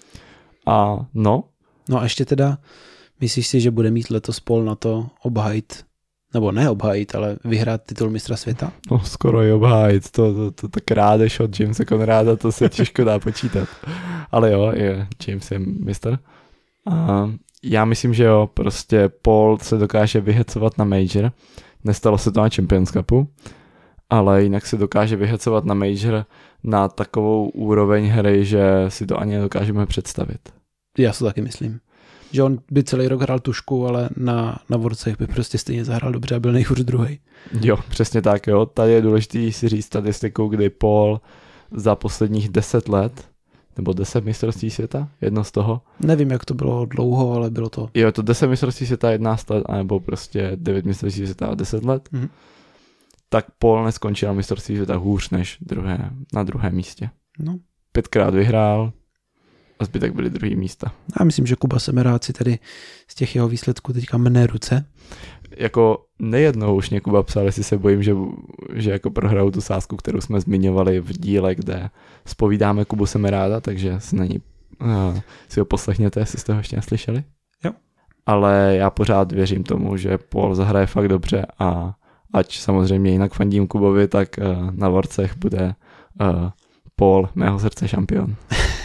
A no? No a ještě teda, myslíš si, že bude mít letos Paul na to obhájit, nebo ne obhájit, ale vyhrát titul mistra světa? No skoro i obhájit, to, to, to, to krádež od Jamesa Conrada, to se těžko dá počítat. Ale jo, je, James je mistr. A já myslím, že jo, prostě Paul se dokáže vyhecovat na major. Nestalo se to na Champions Cupu, ale jinak se dokáže vyhecovat na major na takovou úroveň hry, že si to ani nedokážeme představit. Já si to taky myslím. Že on by celý rok hrál tušku, ale na, na Worldsech by prostě stejně zahrál dobře a byl nejhůř druhý. Jo, přesně tak, jo. Tady je důležité si říct statistiku, kdy Paul za posledních deset let, nebo deset mistrovství světa, jedno z toho. Nevím, jak to bylo dlouho, ale bylo to. Jo, je to deset mistrovství světa, jedenáct let, anebo prostě devět mistrovství světa a deset let. Mhm. Tak Paul neskončil na mistrovství světa hůř než druhé, na druhém místě. No. Pětkrát vyhrál a zbytek byly druhý místa. Já myslím, že Kuba Semerád si tady z těch jeho výsledků teďka mne ruce. Jako nejednou už mě Kuba psal, jestli se bojím, že, že jako prohraju tu sázku, kterou jsme zmiňovali v díle, kde zpovídáme Kubu Semeráda, takže si na ní uh, si ho poslechněte, jestli jste ho ještě neslyšeli. Jo. Ale já pořád věřím tomu, že Paul zahraje fakt dobře a ať samozřejmě jinak fandím Kubovi, tak uh, na Worldsech bude uh, Paul mého srdce šampion.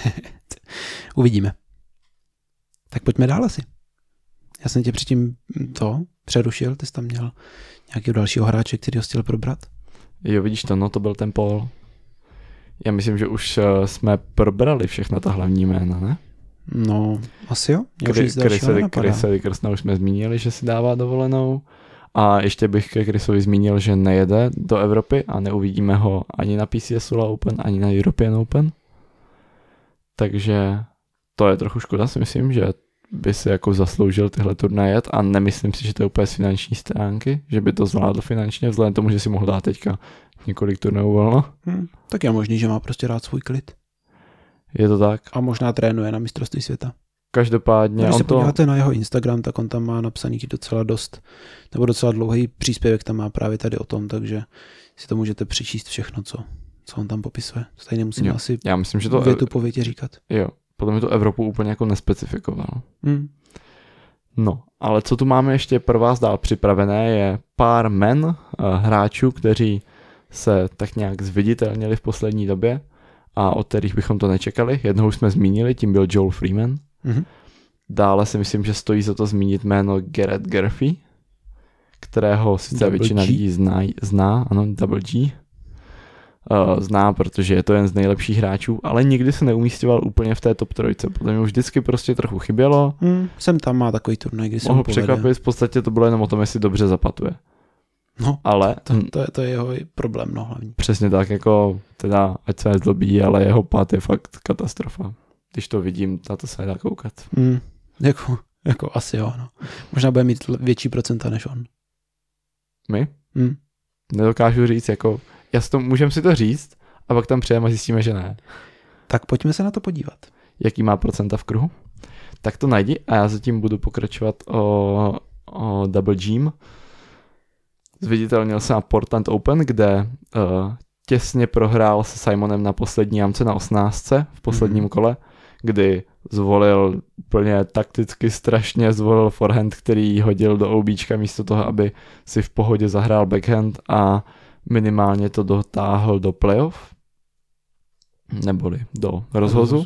Uvidíme. Tak pojďme dál asi. Já jsem tě předtím to přerušil, ty jsi tam měl nějakého dalšího hráče, který ho chtěl probrat? Jo, vidíš to, no to byl ten Paul. Já myslím, že už uh, jsme probrali všechna ta hlavní jména, ne? No, asi jo. Chrisa Dickersona už jsme zmínili, že si dává dovolenou. A ještě bych ke Chrisovi zmínil, že nejede do Evropy a neuvidíme ho ani na P C S Sula Open, ani na European Open. Takže to je trochu škoda, si myslím, že by si jako zasloužil tyhle turnaje jet a nemyslím si, že to je úplně z finanční stránky, že by to zvládl finančně, vzhledem tomu, že si mohl dát teďka několik turnajů volno. Hmm, tak je možný, že má prostě rád svůj klid. Je to tak. A možná trénuje na mistrovství světa. Každopádně Když on se to... podíváte na jeho Instagram, tak on tam má napsaný docela dost, nebo docela dlouhý příspěvek tam má právě tady o tom, takže si to můžete přečíst všechno, co, co on tam popisuje. To tady nemusíme jo. asi Já myslím, že to větu po větě říkat. Jo, potom mi to Evropu úplně jako nespecifikoval. Hmm. No, ale co tu máme ještě pro vás dál připravené je pár men hráčů, kteří se tak nějak zviditelnili v poslední době a od kterých bychom to nečekali. Jednoho už jsme zmínili, tím byl Joel Freeman. Mm-hmm. Dále si myslím, že stojí za to zmínit jméno Garrett Garfey, kterého sice Double většina G. lidí zná, zná, ano, Double G. Uh, zná, protože je to jeden z nejlepších hráčů, ale nikdy se neumístěval úplně v té top trojce, protože mi už vždycky prostě trochu chybělo. Mm, jsem tam má takový turnaj, kdy jsem mohl překvapit, v podstatě to bylo jenom o tom, jestli dobře zapatuje. No, ale... To, to, je, to je jeho problém, no hlavní. Přesně tak, jako teda, ať se nezlobí, ale jeho pát je fakt katastrofa. Když to vidím, na to se nedá koukat. Mm, jako, jako asi jo, no. Možná bude mít větší procenta než on. My? Mm. Nedokážu říct, jako, já si to, můžem si to říct a pak tam přijeme a zjistíme, že ne. Tak pojďme se na to podívat. Jaký má procenta v kruhu? Tak to najdi a já zatím budu pokračovat o, o Double Gym. Zviditelnil jsem na Portland Open, kde uh, těsně prohrál se Simonem na poslední jamce na osmnáctce v posledním mm. kole, kdy zvolil úplně takticky strašně, zvolil forehand, který hodil do OBčka místo toho, aby si v pohodě zahrál backhand a minimálně to dotáhl do playoff, neboli do rozhozu.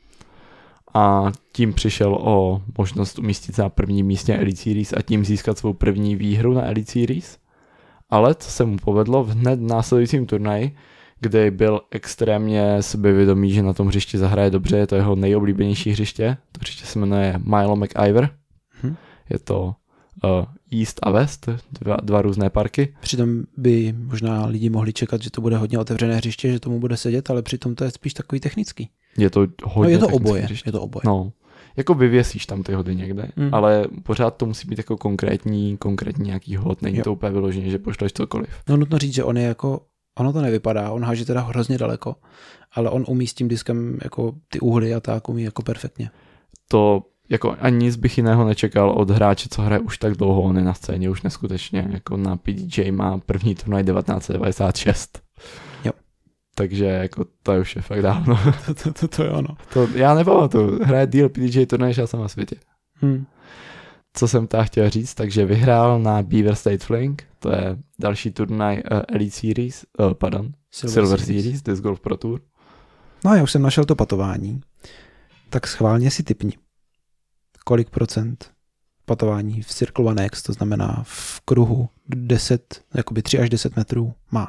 A tím přišel o možnost umístit se na prvním místě Elite Series a tím získat svou první výhru na Elite Series. Ale co se mu povedlo v hned následujícím turnaji, kde byl extrémně sebevědomý, že na tom hřišti zahraje dobře, je to jeho nejoblíbenější hřiště, to hřiště se jmenuje Milo McIver, hmm. je to uh, East a West, dva, dva různé parky. Přitom by možná lidi mohli čekat, že to bude hodně otevřené hřiště, že tomu bude sedět, ale přitom to je spíš takový technický. Je to hodně no, je to oboje, je to oboje. No, jako vyvěsíš tam ty hody někde, mm. ale pořád to musí být jako konkrétní, konkrétní nějaký hod, není jo. to úplně vyloženě, že pošleš cokoliv. No nutno říct, že on je jako, ono to nevypadá, on háže teda hrozně daleko, ale on umí s tím diskem jako ty úhly a tak umí jako perfektně. To jako ani nic bych jiného nečekal od hráče, co hraje už tak dlouho, on je na scéně už neskutečně, jako na P D J má první turnaj devatenáct devadesát šest. Jo. Takže jako to už je fakt dávno. to, to, to, to je ono. To, já nepamatuju, hraje díl P D J turnaj, než já jsem na světě. Hmm. Co jsem tam chtěl říct, takže vyhrál na Beaver State Fling, to je další turnaj uh, Elite Series, uh, pardon, Silver, Silver Series, Series Disc Golf Pro Tour. No já už jsem našel to patování, tak schválně si tipni. Kolik procent patování v Circle One X, to znamená v kruhu deset, jakoby tři až deset metrů má.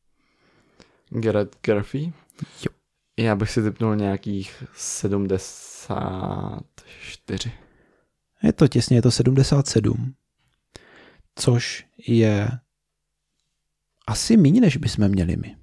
Garrett Garfey? Jo. Já bych si tipnul nějakých sedmdesát čtyři. Je to těsně, je to sedmdesát sedm, což je asi méně, než bychom měli my.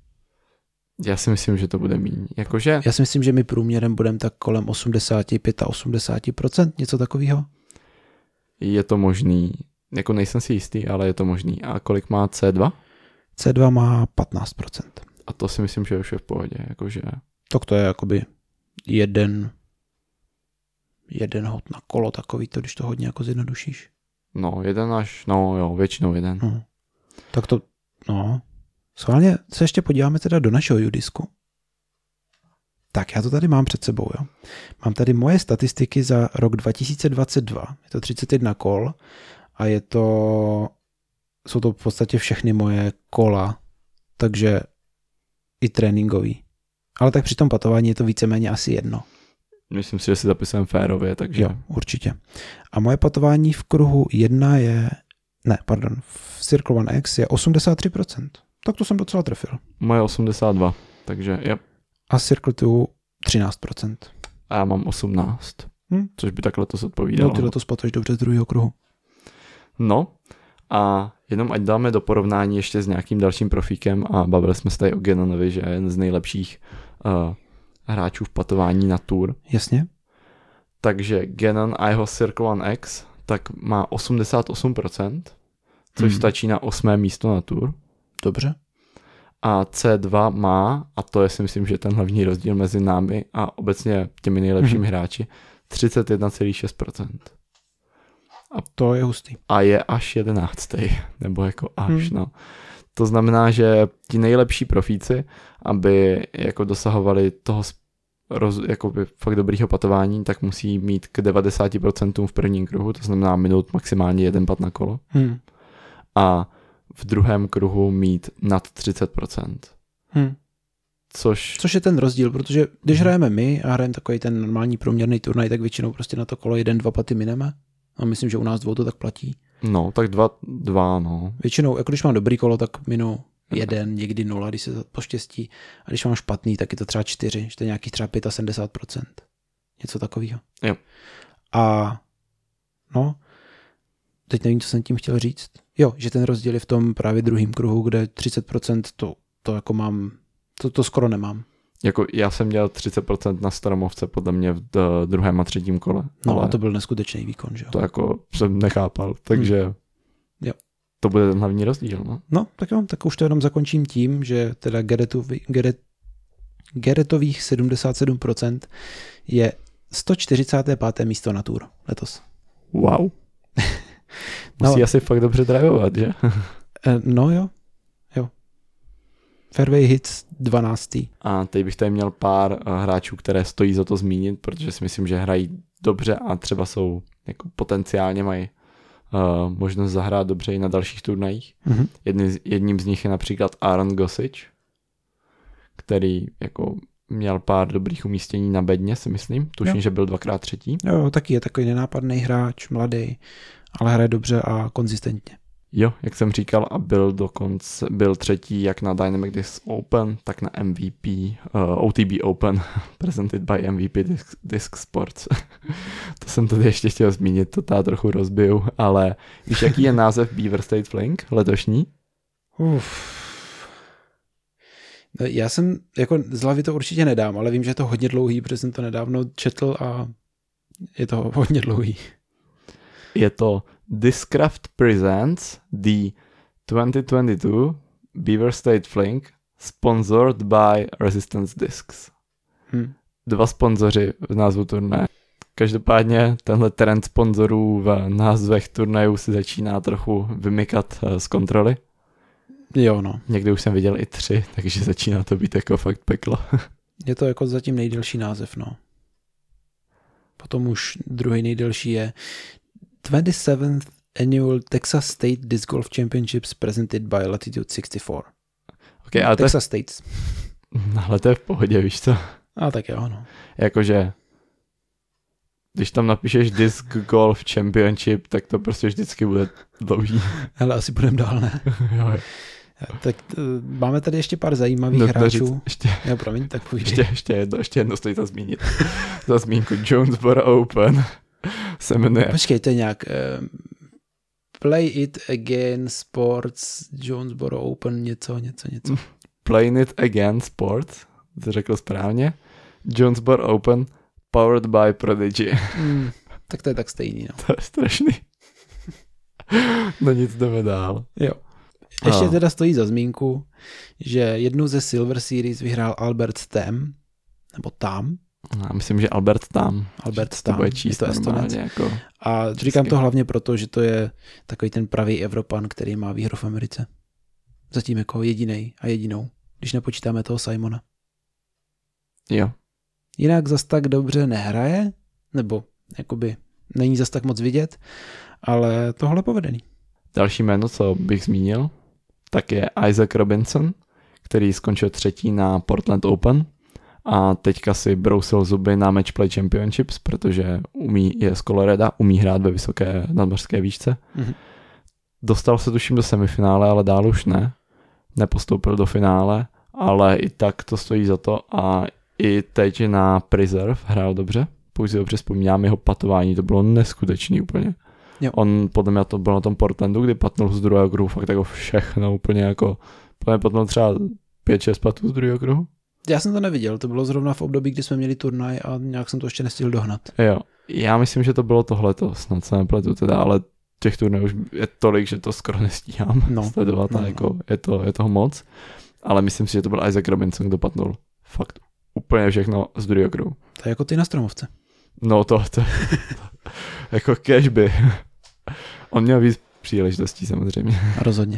Já si myslím, že to bude méně. Jakože... Já si myslím, že my průměrem budeme tak kolem osmdesát pět až osmdesát procent, něco takového. Je to možný. Jako nejsem si jistý, ale je to možný. A kolik má C dva? C dva má patnáct procent. A to si myslím, že už je v pohodě. Jakože... Tak to je jakoby jeden, jeden hod na kolo takový, to když to hodně jako zjednodušíš. No, jeden až, no jo, většinou jeden. Hmm. Tak to, no... Schválně se ještě podíváme teda do našeho judisku. Tak já to tady mám před sebou. Jo. Mám tady moje statistiky za rok dva tisíce dvacet dva. Je to třicet jedna kol a je to, jsou to v podstatě všechny moje kola, takže i tréninkový. Ale tak při tom patování je to víceméně asi jedno. Myslím si, že si zapisujeme férově, takže... Jo, určitě. A moje patování v kruhu jedna je, ne, pardon, v Circle One X je osmdesát tři procent. Tak to jsem docela trefil. Moje osmdesát dva, takže jo. A Circle dva třináct procent. A já mám osmnáct, hm? Což by tak letos odpovídalo. No ty letos patuješ dobře z druhého kruhu. No a jenom ať dáme do porovnání ještě s nějakým dalším profíkem a bavili jsme se tady o Gannonovi, že je jeden z nejlepších uh, hráčů v patování na tour. Jasně. Takže Gannon a jeho Circle One X tak má osmdesát osm procent, což hmm. stačí na osmé místo na tour. Dobře. A C dva má, a to je si myslím, že ten hlavní rozdíl mezi námi a obecně těmi nejlepšími mm-hmm. hráči, třicet jedna celá šest procent. A to je hustý. A je až jedenáctý, nebo jako až, mm. no. To znamená, že ti nejlepší profíci, aby jako dosahovali toho roz, jakoby fakt dobrýho patování, tak musí mít k devadesát procent v prvním kruhu, to znamená minut maximálně jeden pat na kolo. Mm. A v druhém kruhu mít nad třicet procent. Hmm. Což... Což je ten rozdíl, protože když hrajeme my a hrajeme takový ten normální průměrný turnaj, tak většinou prostě na to kolo jeden, dva paty mineme. A myslím, že u nás dvou to tak platí. No, tak dva, dva, no. Většinou, jako když mám dobrý kolo, tak minu jeden, někdy nula, když se poštěstí. A když mám špatný, tak je to třeba čtyři, že to je nějakých třeba sedmdesát pět procent. Něco takového. Jo. A no, teď nevím, co jsem tím chtěl říct. Jo, že ten rozdíl je v tom právě druhém kruhu, kde třicet procent to, to jako mám, to, to skoro nemám. Jako já jsem měl třicet procent na Stromovce podle mě v d- druhém a třetím kole. No ale a to byl neskutečný výkon, že jo? to jako jsem nechápal, takže hmm. jo. To bude ten hlavní rozdíl. No, no tak jo, tak už to jenom zakončím tím, že teda Geretovi, Geret, Geretových sedmdesát sedm procent je sto čtyřicáté páté místo na Tour letos. Wow. Musí no, asi fakt dobře drivovat, že? No jo, jo. Fairway hits dvanáctý. A teď bych tady měl pár hráčů, které stojí za to zmínit, protože si myslím, že hrají dobře a třeba jsou jako potenciálně mají uh, možnost zahrát dobře i na dalších turnajích. Mm-hmm. Jedný, jedním z nich je například Aaron Gosič, který jako měl pár dobrých umístění na bedně, si myslím. Tuším, jo. že byl dvakrát třetí. Jo, taky je takový nenápadný hráč, mladý, ale hraje dobře a konzistentně. Jo, jak jsem říkal, a byl dokonce, byl třetí jak na Dynamic Disc Open, tak na M V P, uh, O T B Open, presented by M V P Disc, Disc Sports. To jsem tady ještě chtěl zmínit, to tady trochu rozbiju, ale víš, jaký je název Beaver State Fling letošní? Uf. No, já jsem, jako z hlavy to určitě nedám, ale vím, že je to hodně dlouhý, protože jsem to nedávno četl a je to hodně dlouhý. Je to Discraft Presents the twenty twenty-two Beaver State Fling sponsored by Resistance Discs. Hmm. Dva sponzoři v názvu turnaje. Každopádně tenhle trend sponzorů v názvech turnajů si začíná trochu vymykat z kontroly. Jo, no. Někdy už jsem viděl i tři, takže začíná to být jako fakt peklo. Je to jako zatím nejdelší název, no. Potom už druhý nejdelší je twenty-seventh Annual Texas State Disc Golf Championships presented by Latitude sixty-four. Okay, ale Texas to je... States. Ale to je v pohodě, víš co? A tak jo, no. Jakože když tam napíšeš Disc Golf Championship, tak to prostě vždycky bude dlouhý. Hele, asi budeme dál, ne? Jo, jo. Tak uh, máme tady ještě pár zajímavých no, hráčů. Říct, ještě, jo, promiň, tak půjde. Ještě, ještě, jedno, ještě jedno stojí to zmínit. Za zmínku Jonesboro Open se jmenuje. Počkej, to je nějak uh, Play It Again Sports Jonesboro Open něco, něco, něco. Play It Again Sports, to řekl správně. Jonesboro Open powered by Prodigy. Mm, tak to je tak stejný, no. To je strašný. No nic, jdeme dál. Jo. Ještě teda stojí za zmínku, že jednu ze Silver Series vyhrál Albert Tam, nebo Tam. Já myslím, že Albert Tam. Albert Tam, to bude číst je to Estonec. Jako a vždycky. Říkám to hlavně proto, že to je takový ten pravý Evropan, který má výhru v Americe. Zatím jako jedinej a jedinou, když nepočítáme toho Simona. Jo. Jinak zas tak dobře nehraje, nebo jakoby není zas tak moc vidět, ale tohle povedený. Další jméno, co bych zmínil, tak je Isaac Robinson, který skončil třetí na Portland Open a teďka si brousil zuby na Matchplay Championships, protože umí, je z Colorada, umí hrát ve vysoké nadmořské výšce. Mm-hmm. Dostal se tuším do semifinále, ale dál už ne. Nepostoupil do finále, ale i tak to stojí za to a i teď na Preserve hrál dobře. Pokud si dobře vzpomínám, jeho patování, to bylo neskutečný úplně. Jo. On podle mě to bylo na tom Portlandu, kdy patnul z druhého kruhu, fakt jako všechno úplně jako, podle mě patnul třeba pět šest patů z druhého kruhu. Já jsem to neviděl, to bylo zrovna v období, kdy jsme měli turnaj a nějak jsem to ještě nestihl dohnat. Jo, já myslím, že to bylo tohleto, snad se nepletu teda, ale těch turnajů už je tolik, že to skoro nestíhám no. sledovat no, a jako no. je, to, je toho moc, ale myslím si, že to byl Isaac Robinson, kdo patnul fakt úplně všechno z druhého kruhu. To je jako ty na Stromovce. No to, to, to jako cashby. On měl víc příležitostí samozřejmě. Rozhodně.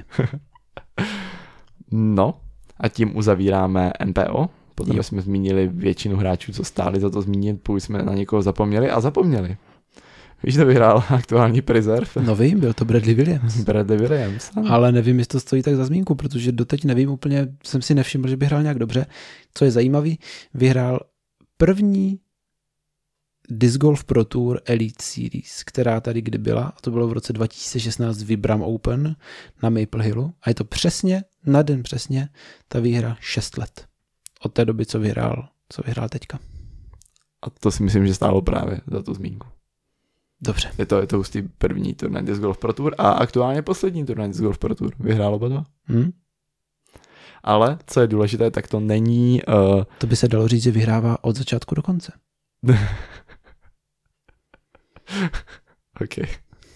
No a tím uzavíráme N P O. Potom jsme zmínili většinu hráčů, co stáli za to zmínit, půl jsme na někoho zapomněli a zapomněli. Víš, kdo vyhrál aktuální Preserve? No vím, byl to Bradley Williams. Bradley Williams. Ano. Ale nevím, jestli to stojí tak za zmínku, protože doteď nevím úplně, jsem si nevšiml, že by hrál nějak dobře. Co je zajímavý, vyhrál první Disc Golf Pro Tour Elite Series, která tady kdy byla, a to bylo v roce dva tisíce šestnáct Vibram Open na Maple Hillu a je to přesně, na den přesně, ta výhra šest let. Od té doby, co vyhrál, co vyhrál teďka. A to si myslím, že stálo právě za tu zmínku. Dobře. Je to, je to hustý první turnaj Disc Golf Pro Tour a aktuálně poslední turnaj Disc Golf Pro Tour. Vyhrál oba dva. Hmm? Ale co je důležité, tak to není... Uh... To by se dalo říct, že vyhrává od začátku do konce. OK.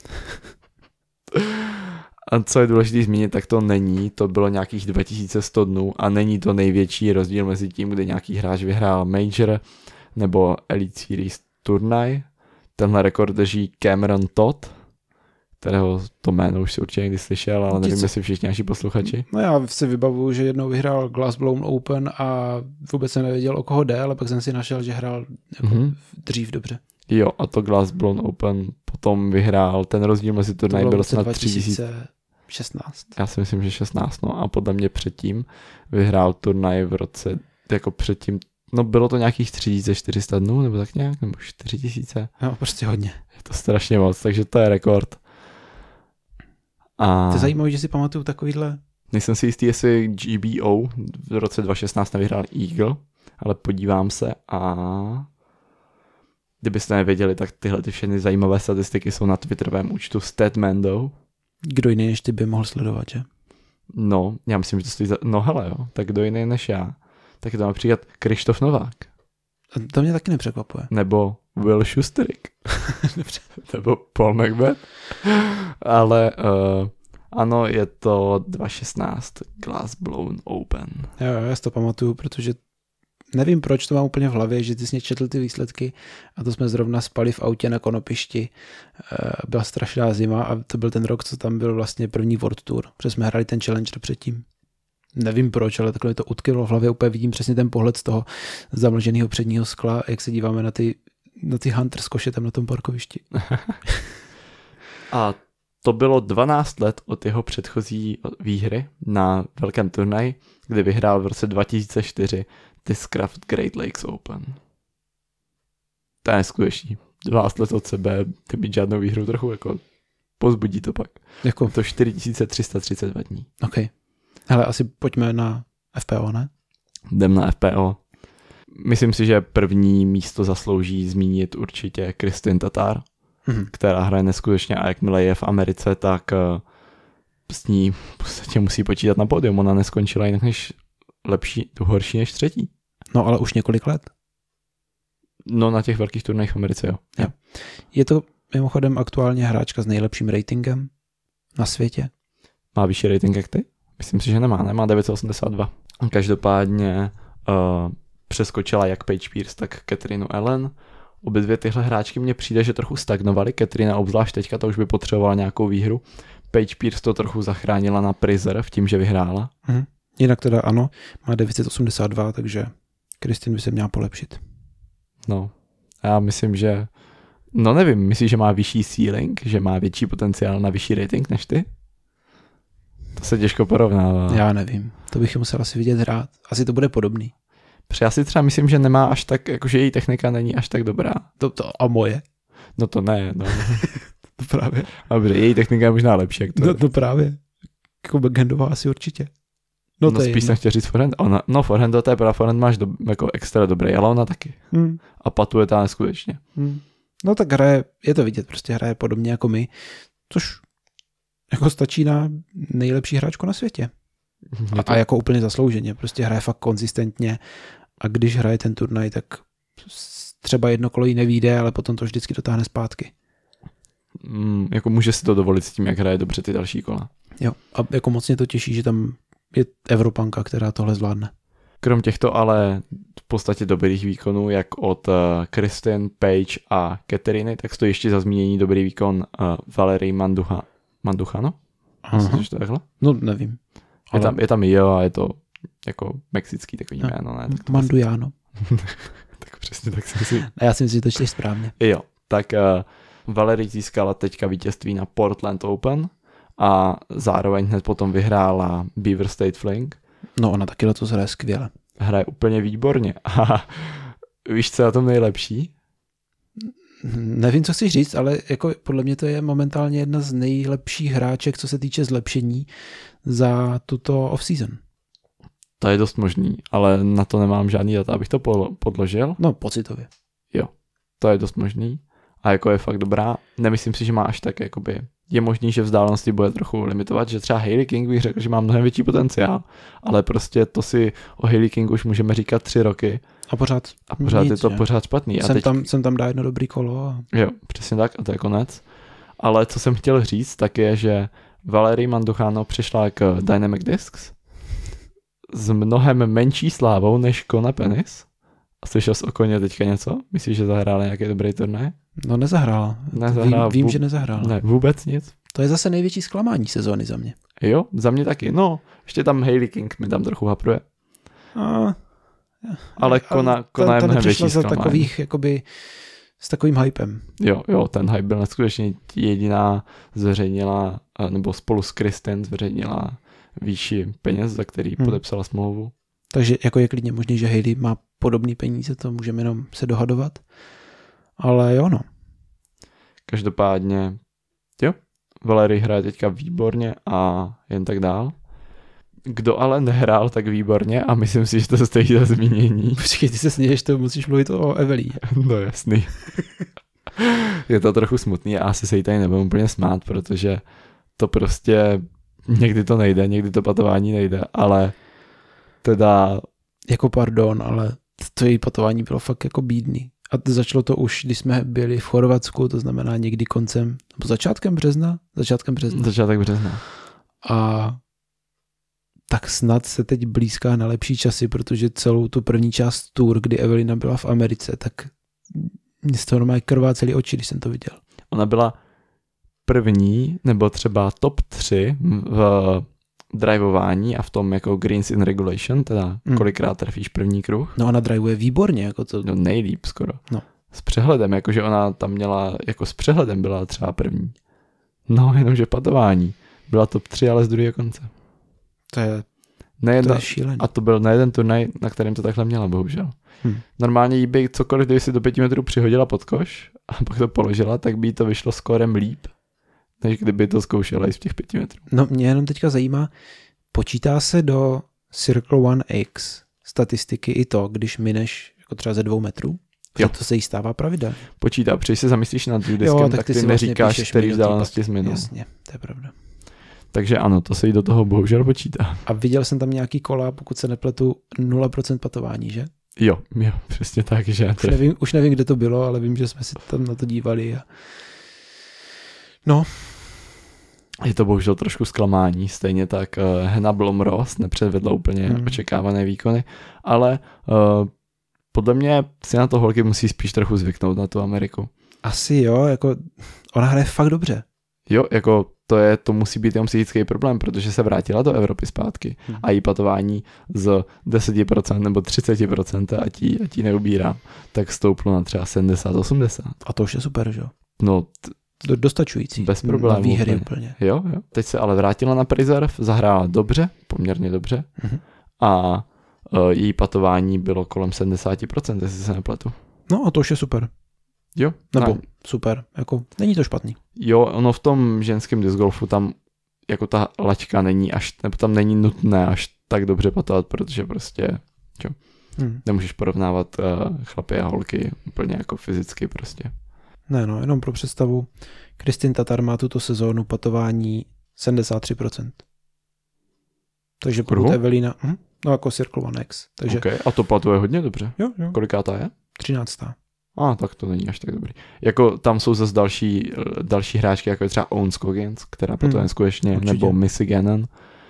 A co je důležité zmínit, tak to není, to bylo nějakých dva tisíce sto dnů a není to největší rozdíl mezi tím, kde nějaký hráč vyhrál Major nebo Elite Series turnaj. Tenhle rekord drží Cameron Todd, kterého to jméno už si určitě někdy slyšel, ale nevím, jestli všichni naši posluchači. No já si vybavuju, že jednou vyhrál Glassblown Open a vůbec jsem nevěděl, o koho jde, ale pak jsem si našel, že hrál jako mm-hmm. dřív dobře. Jo, a to Glassblown Open potom vyhrál, ten rozdíl mezi turnaji byl snad tři tisíce šestnáct. Já si myslím, že šestnáct, no a podle mě předtím vyhrál turnaj v roce, jako předtím, no bylo to nějakých tři tisíce čtyři sta dnů, nebo tak nějak, nebo čtyři tisíce. No, prostě hodně. Je to strašně moc, takže to je rekord. A... To je zajímavé, že si pamatuju takovýhle. Nejsem si jistý, jestli G B O v roce dva tisíce šestnáct nevyhrál Eagle, ale podívám se a kdybyste nevěděli, tak tyhle ty všechny zajímavé statistiky jsou na twitterovém účtu Statmando. Kdo jiný než ty by mohl sledovat, že? No, já myslím, že to stojí za... No hele jo, tak kdo jiný než já. Tak je to například Krištof Novák. A to mě taky nepřekvapuje. Nebo Will Schusterik. Nebo Paul Macbeth. Ale uh, ano, je to dva tisíce šestnáct Glassblown Open. Jo, já si to pamatuju, protože nevím, proč to mám úplně v hlavě, že ty jsi mě četl ty výsledky a to jsme zrovna spali v autě na Konopišti. Byla strašná zima a to byl ten rok, co tam byl vlastně první World Tour, protože jsme hráli ten Challenger předtím. Nevím proč, ale takhle mi to utkvělo v hlavě, úplně vidím přesně ten pohled z toho zamlženého předního skla, jak se díváme na ty, na ty Hunter s košetem na tom parkovišti. A to bylo dvanáct let od jeho předchozí výhry na velkém turnaji, kdy vyhrál v roce dva tisíce čtyři Discraft Great Lakes Open. To je neskutečný. dvanáct let od sebe, ty mít žádnou výhru, trochu jako pozbudí to pak. Jako? To čtyři tisíce tři sta třicet dva dní. OK. Hele, asi pojďme na F P O, ne? Jdem na F P O. Myslím si, že první místo zaslouží zmínit určitě Kristin Tatar, mm-hmm. která hraje neskutečně a jakmile je v Americe, tak uh, s ní v podstatě musí počítat na pódium. Ona neskončila jinak než lepší, tu horší než třetí. No ale už několik let. No na těch velkých turnajích v Americe, jo. jo. Je to mimochodem aktuálně hráčka s nejlepším ratingem na světě. Má vyšší rating jak ty? Myslím si, že nemá, nemá devět set osmdesát dva. Každopádně uh, přeskočila jak Paige Pierce, tak Catherine Allen. Obě dvě tyhle hráčky mně přijde, že trochu stagnovaly. Katrina obzvlášť teďka to už by potřebovala nějakou výhru. Paige Pierce to trochu zachránila na prizer v tím, že vyhrála. Mhm. Jinak teda ano, má devět set osmdesát dva, takže Kristin by se měla polepšit. No, já myslím, že no nevím, myslíš, že má vyšší ceiling, že má větší potenciál na vyšší rating než ty? To se těžko porovnává. Já nevím, to bych musel asi vidět hrát. Asi to bude podobný. Protože já si třeba myslím, že nemá až tak, jakože její technika není až tak dobrá. To, to a moje? No to ne, no. To právě. Dobře, její technika je možná lepší. Jak to no to právě. Jako backhandová asi určitě. No, no spíš jsem chtěl říct forehand. Ona, no forehand to je pravda, forehand máš do, jako extra dobrý, ale ona taky. Hmm. A patuje ta neskutečně. Hmm. No tak hraje, je to vidět, prostě hraje podobně jako my, což jako stačí na nejlepší hráčku na světě. A, to... a jako úplně zaslouženě, prostě hraje fakt konzistentně a když hraje ten turnaj, tak třeba jedno kolo jí nevyjde, ale potom to vždycky dotáhne zpátky. Mm, jako může si to dovolit s tím, jak hraje dobře ty další kola. Jo, a jako moc mě to těší, že tam je Evropanka, která tohle zvládne. Krom těchto ale v podstatě dobrých výkonů, jak od uh, Kristin, Paige a Kateriny, tak stojí ještě za zmínění dobrý výkon uh, Valerie Manduha, Manduchano? Myslíš, že to je takhle? No nevím. Ale... Je tam, je tam jo a je to jako mexický takový no. jméno. Ne? Tak to Mandujano. Tak přesně tak si myslím. A já si myslím, že to čteš správně. Jo, tak uh, Valerie získala teďka vítězství na Portland Open a zároveň hned potom vyhrála Beaver State Fling. No ona taky letos hraje skvěle. Hraje úplně výborně. A víš, co je na tom nejlepší? Nevím, co chceš říct, ale jako podle mě to je momentálně jedna z nejlepších hráček, co se týče zlepšení za tuto off-season. To je dost možný, ale na to nemám žádný data, abych to podložil. No, pocitově. Jo, to je dost možný. a jako je fakt dobrá. Nemyslím si, že má až tak jakoby, je možný, že vzdálenosti bude trochu limitovat, že třeba Hailey King bych řekl, že má mnohem větší potenciál, ale prostě to si o Hailey King už můžeme říkat tři roky. A pořád, a pořád nic, je to že? pořád špatný. A jsem, teď... tam, jsem tam dá jedno dobrý kolo. A... Jo, přesně tak a to je konec. Ale co jsem chtěl říct, tak je, že Valerie Manducano přišla k Dynamic Discs s mnohem menší slávou než Kona Penis. A slyšel jsi o Koně teďka něco? Myslíš, že zahrála nějaký dobrý turnaj? No nezahrál. Nezahrál. Vím, vím vů... že nezahrál. Ne, vůbec nic. To je zase největší zklamání sezóny za mě. Jo, za mě taky. No, ještě tam Hailey King mi tam trochu hapruje. A... Ale Kona, Kona je mnohem větší za zklamání. takových, jakoby, s takovým hypem. Jo, jo, ten hype byl neskutečně jediná zveřejnila, nebo spolu s Kristen zveřejnila výši peněz, za který hmm. podepsala smlouvu. Takže jako je klidně možný, že Hailey má podobný peníze, to můžeme jenom se dohadovat. Ale jo, no. Každopádně, jo, Valerie hraje teďka výborně a jen tak dál. Kdo ale nehrál tak výborně a myslím si, že to stojí za zmínění. Počkej, ty se sněješ, to musíš mluvit o Evelí. No jasný. Je to trochu smutný a asi se jí tady nebudu úplně smát, protože to prostě někdy to nejde, někdy to patování nejde, ale teda... Jako pardon, ale to její patování bylo fakt jako bídný. A začalo to už, když jsme byli v Chorvatsku, to znamená někdy koncem, nebo začátkem března? Začátkem března. Začátek března. A tak snad se teď blízká na lepší časy, protože celou tu první část tour, kdy Evelina byla v Americe, tak mě z toho normálně krvácely oči, když jsem to viděl. Ona byla první, nebo třeba top tři v drivování a v tom jako greens in regulation, teda hmm. kolikrát trefíš první kruh. No ona drivuje výborně. Jako to... No nejlíp skoro. No. S přehledem, jakože ona tam měla, jako s přehledem byla třeba první. No, jenomže patování. Byla top tři, ale z druhého konce. To je, nejedna, to je šílený. A to byl na jeden turnaj, na kterém to takhle měla, bohužel. Hmm. Normálně jí by cokoliv, kdyby si do pěti metrů přihodila pod koš a pak to položila, tak by jí to vyšlo skórem líp, než kdyby to zkoušela i z těch pěti metrů. No mě jenom teďka zajímá, počítá se do Circle One X statistiky i to, když mineš jako třeba ze dvou metrů? Jo. To se jí stává pravidelně. Počítá, když se zamyslíš nad diskem, jo, tak, tak ty, ty neříkáš, vlastně který vzdálenosti zminul. Jasně, to je pravda. Takže ano, to se jí do toho bohužel počítá. A viděl jsem tam nějaký kola, pokud se nepletu, nula procent patování, že? Jo, jo, přesně tak, že. Už nevím, už nevím, kde to bylo, ale vím, že jsme si tam na to dívali. A... No. Je to bohužel trošku zklamání, stejně tak uh, Hannah Blomroos nepředvedla úplně hmm. očekávané výkony, ale uh, podle mě si na to holky musí spíš trochu zvyknout na tu Ameriku. Asi jo, jako ona hraje fakt dobře. Jo, jako to je, to musí být jenom psychický problém, protože se vrátila do Evropy zpátky hmm. a jí patování z deset procent nebo třicet procent a tí, a tí neubírá, tak stouplo na třeba sedmdesát osmdesát. A to už je super, že jo? No, t- Do, dostačující. Bez problémů. Na výhry úplně. Jo, jo. Teď se ale vrátila na Preserve, zahrála dobře, poměrně dobře hmm. a uh, její patování bylo kolem sedmdesát procent, jestli se nepletu. No a to už je super. Jo. Nebo ne. super, jako není to špatný. Jo, ono v tom ženském disc golfu tam jako ta laťka není až, nebo tam není nutné až tak dobře patovat, protože prostě čo, hmm. nemůžeš porovnávat uh, chlapy a holky úplně jako fyzicky prostě. Ne, no, jenom pro představu, Kristin Tatar má tuto sezónu patování sedmdesát tři procent. Takže pokud Evelina, hm? no jako Circle One X. Takže... Okay. A to patuje hodně dobře. Jo, jo. Kolikátá je? třináctá. A ah, tak to není až tak dobrý. Jako tam jsou zase další, další hráčky, jako je třeba Owen Scoggins, která patuje hmm. skutečně, nebo Missy Gannon. Uh,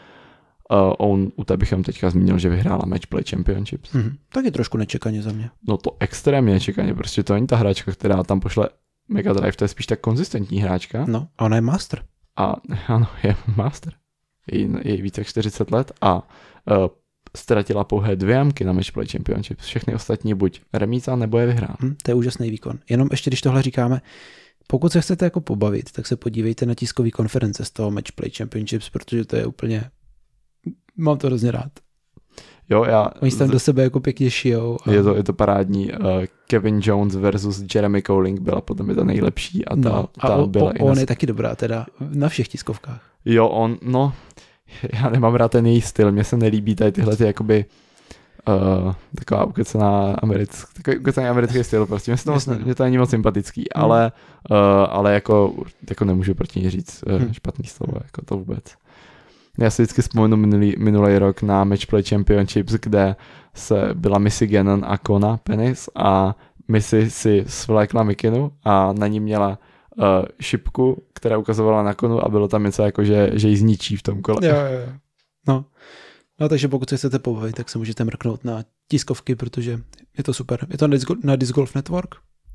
on, u té bych jen teďka zmínil, že vyhrála Match Play Championships. Hmm. Taky trošku nečekaně za mě. No to extrémně nečekaně, prostě to není ta hráčka, která tam pošle Mega Drive, to je spíš tak konzistentní hráčka. No, a ona je master. A ano, je master. Je, je více jak čtyřicet let a uh, ztratila pouhé dvě jamky na Match Play Championship. Všechny ostatní buď remíza, nebo je vyhrá. Hmm, to je úžasný výkon. Jenom ještě, když tohle říkáme, pokud se chcete jako pobavit, tak se podívejte na tiskový konference z toho Match Play Championships, protože to je úplně... Mám to hrozně rád. Jo, já... Oni se tam do sebe jako pěkně šijou. A... Je to, je to parádní. Uh, Kevin Jones versus Jeremy Cowling byla potom ta nejlepší a ta, no, ta a o, byla o, i on na... je taky dobrá teda na všech tiskovkách. Jo, on, no... Já nemám rád ten její styl, mně se nelíbí tady tyhle ty jakoby Uh, taková ukecená americký, takový ukecený americký styl, prostě mě to, moc, mě to není moc sympatický, hmm. ale, uh, ale jako, jako nemůžu proti ní říct uh, hmm. špatný slovo, jako to vůbec. Já si vždycky vzpomenu minulý, minulý rok na Matchplay Championships, kde se byla Missy Gannon a Kona Penis a Missy si svlékla mikinu a na ní měla uh, šipku, která ukazovala na Konu a bylo tam něco jako, že, že ji zničí v tom kole. Jo, jo, jo. No. No, takže pokud se chcete pobavit, tak se můžete mrknout na tiskovky, protože je to super. Je to na Disc, na Disc Golf Network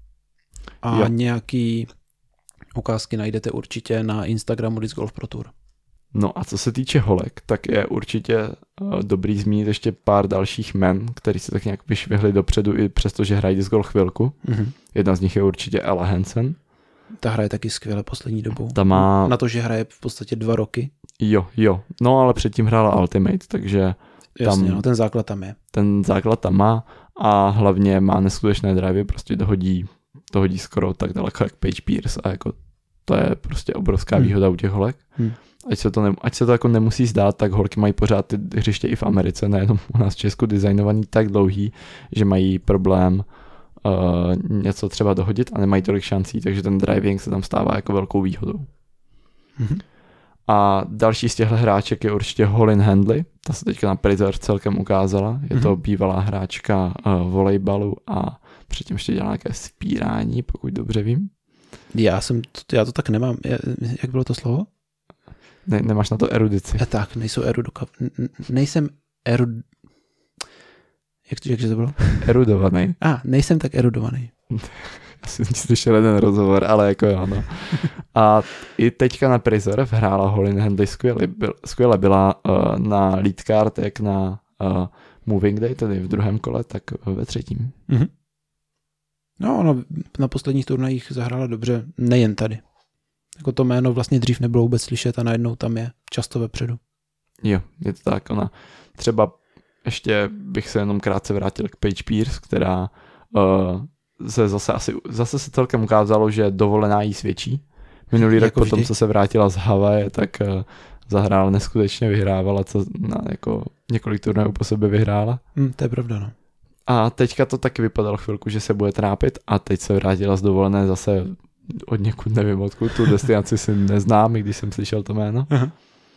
a jo. Nějaký ukázky najdete určitě na Instagramu Disc Golf Pro Tour. No a co se týče holek, tak je určitě uh, dobrý zmínit ještě pár dalších men, který se tak nějak vyšvihli dopředu i přesto, že hrají Disc Golf chvilku. Mm-hmm. Jedna z nich je určitě Ella Hansen. Ta hraje taky skvěle poslední dobou. Ta má... Na to, že hraje v podstatě dva roky. Jo, jo. No ale předtím hrála Ultimate, takže... Jasně, tam, no, ten základ tam je. Ten základ tam má a hlavně má neskutečné drivey, prostě dohodí, dohodí skoro tak daleko jak Paige Pierce a jako to je prostě obrovská hmm. výhoda u těch holek. Hmm. Ať se to, ne, ať se to jako nemusí zdát, tak holky mají pořád ty hřiště i v Americe, nejenom u nás v Česku designovaný tak dlouhý, že mají problém uh, něco třeba dohodit a nemají tolik šancí, takže ten driving se tam stává jako velkou výhodou. Hmm. A další z těchto hráček je určitě Holyn Handley, ta se teďka na Prizor celkem ukázala, je to bývalá hráčka uh, volejbalu a předtím ještě dělala nějaké spírání, pokud dobře vím. Já jsem, to, já to tak nemám, jak bylo to slovo? Ne, nemáš na to erudici. E, tak, nejsou erudoka, nejsem erud... Jak to, jakže to bylo? Erudovaný. A, ah, nejsem tak erudovaný. Já jsem slyšel jeden rozhovor, ale jako jo, no. A i teďka na Prizor hrála Holyn Handley skvěle, byl, skvěle byla uh, na lead card, jak na uh, Moving Day, tedy v druhém kole, tak ve třetím. Mm-hmm. No, ona na posledních turnajích zahrála dobře, nejen tady. Jako to jméno vlastně dřív nebylo vůbec slyšet a najednou tam je často vepředu. Jo, je to tak. Ona třeba ještě bych se jenom krátce vrátil k Paige Pierce, která uh, se zase asi, zase se celkem ukázalo, že dovolená jí svědčí. Minulý jako rok potom, co se vrátila z Havaje, tak uh, zahrála neskutečně, vyhrávala, co na jako několik turnajů po sobě vyhrála. Hmm, to je pravda, no. A teďka to taky vypadalo chvilku, že se bude trápit a teď se vrátila z dovolené zase od někud, nevím odkud, tu destinaci si neznám, i když jsem slyšel to jméno. Aha.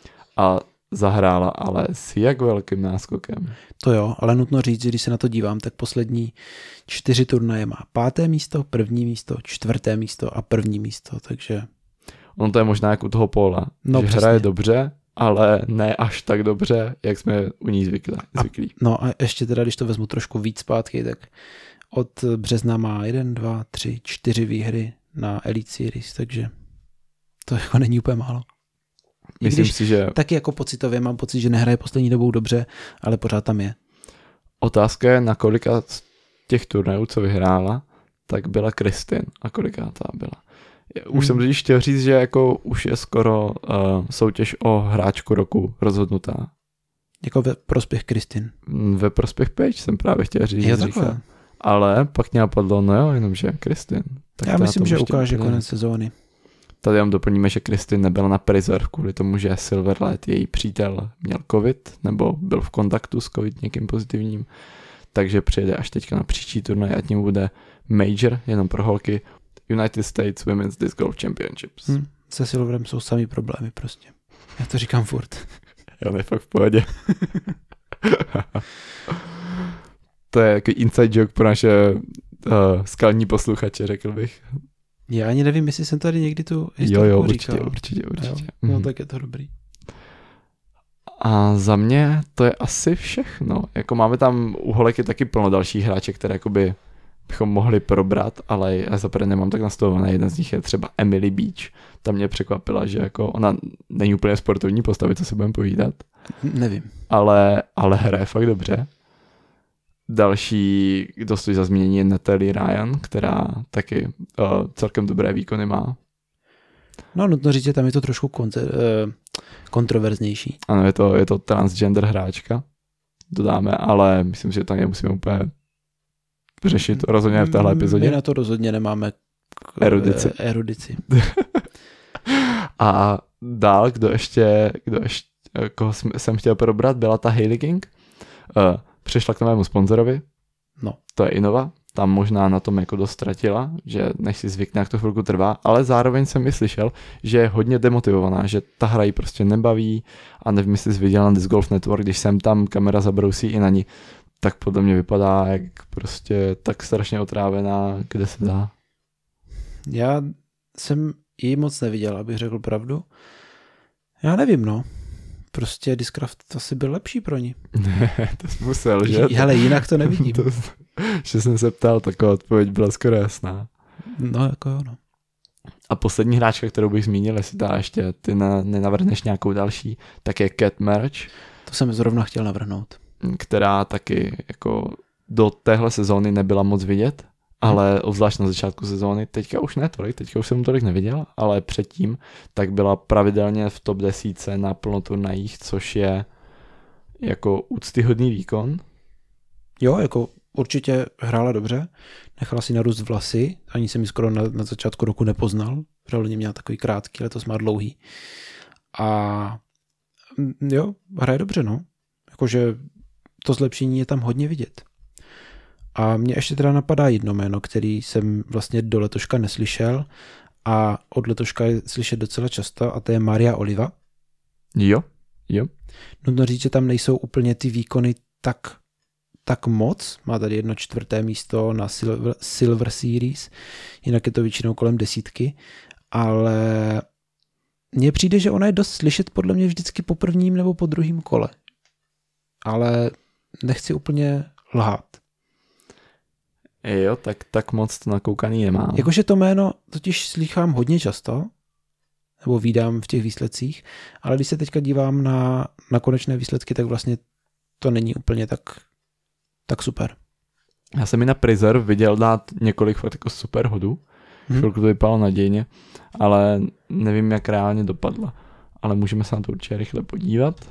A zahrála ale s jak velkým náskokem. To jo, ale nutno říct, že když se na to dívám, tak poslední čtyři turnaje má páté místo, první místo, čtvrté místo a první místo, takže... Ono to je možná jako u toho Paula, no, že přesně. Hraje dobře, ale ne až tak dobře, jak jsme u ní zvyklí. zvyklí. No a ještě teda, když to vezmu trošku víc zpátky, tak od března má jeden, dva, tři, čtyři výhry na Elite Series, takže to jako není úplně málo. Myslím si, že... Taky jako pocitově mám pocit, že nehraje poslední dobou dobře, ale pořád tam je. Otázka je, na kolika z těch turnajů, co vyhrála, tak byla Kristin a koliká ta byla. Už hmm. jsem totiž chtěl říct, že jako už je skoro uh, soutěž o hráčku roku rozhodnutá. Jako ve prospěch Kristin. Ve prospěch Paige jsem právě chtěl říct. Je říkal. Ale pak mě napadlo, no jo, jenomže Kristin. Já myslím, že ukáže konec sezóny. Tady jenom doplníme, že Kristin nebyla na Prizor kvůli tomu, že Silverlight, její přítel, měl covid, nebo byl v kontaktu s covid někým pozitivním, takže přijede až teďka na příští turnaj a tím bude Major, jenom pro holky, United States Women's Disc Golf Championships. Hmm, se Silverem jsou samý problémy prostě. Já to říkám furt. Jo, ne, fakt v pohodě. To je jako inside joke pro naše uh, skalní posluchače, řekl bych. Já ani nevím, jestli jsem tady někdy tu historiku Jo, jo, určitě, říkal. určitě, určitě. Jo, no mm. tak je to dobrý. A za mě to je asi všechno. Jako máme tam u holek je taky plno dalších hráček, které jakoby bychom mohli probrat, ale já zaprvé nemám tak nastavované. Jeden z nich je třeba Emily Beach. Ta mě překvapila, že jako ona není úplně sportovní postavy, co si budeme povídat. Nevím. Ale, ale hraje fakt dobře. Další, kdo stojí za zmínění, je Natalie Ryan, která taky uh, celkem dobré výkony má. No, nutno říct, že tam je to trošku konce, uh, kontroverznější. Ano, je to, je to transgender hráčka, dodáme, ale myslím, že to nemusíme úplně řešit rozhodně v téhle epizodě. My na to rozhodně nemáme k, erudici. erudici. A dál, kdo ještě, kdo ještě koho jsem chtěl probrat, byla ta Hailey King. Uh, přešla k novému sponzorovi. No. To je Innova. Tam možná na tom jako dost ztratila, že než si zvykne, jak to chvilku trvá, ale zároveň jsem i slyšel, že je hodně demotivovaná, že ta hra ji prostě nebaví a nevím, jestli jsi viděl na Disc Golf Network, když jsem tam, kamera zabrousí i na ní, tak podle mě vypadá jak prostě tak strašně otrávená, kde se dá. Já jsem ji moc neviděl, abych řekl pravdu. Já nevím, no. Prostě Discraft asi byl lepší pro ní. Ne, to jsi musel, že? Hele, jinak to nevidím. to, že jsem se ptal, taková odpověď byla skoro jasná. No, jako jo, no. A poslední hráčka, kterou bych zmínil, jestli dá ještě, ty na, nenavrhneš nějakou další, tak je Cat Merge. To jsem zrovna chtěl navrhnout. Která taky jako do téhle sezóny nebyla moc vidět, ale obzvlášť na začátku sezóny, teďka už ne tolik, teďka už jsem tolik neviděl, ale předtím tak byla pravidelně v top desítce na plno turnajích, což je jako úctyhodný výkon. Jo, jako určitě hrála dobře, nechala si narůst vlasy, ani jsem ji skoro na, na začátku roku nepoznal, protože měla takový krátký, letos má dlouhý. A jo, hraje dobře, no. Jakože to zlepšení je tam hodně vidět. A mě ještě teda napadá jedno jméno, který jsem vlastně do letoška neslyšel a od letoška je slyšet docela často a to je Maria Oliva. Jo, jo. Nutno říct, že tam nejsou úplně ty výkony tak, tak moc. Má tady jedno čtvrté místo na Silver, Silver Series, jinak je to většinou kolem desítky, ale mně přijde, že ona je dost slyšet podle mě vždycky po prvním nebo po druhém kole. Ale nechci úplně lhát. Jo, tak, tak moc to nakoukaný nemám. Jakože to jméno totiž slýchám hodně často, nebo vídám v těch výsledcích, ale když se teďka dívám na, na konečné výsledky, tak vlastně to není úplně tak, tak super. Já jsem mi na Preserve viděl dát několik fakt jako super hodů. Hmm. Chvilku to vypadalo nadějně, ale nevím, jak reálně dopadla. Ale můžeme se na to určitě rychle podívat.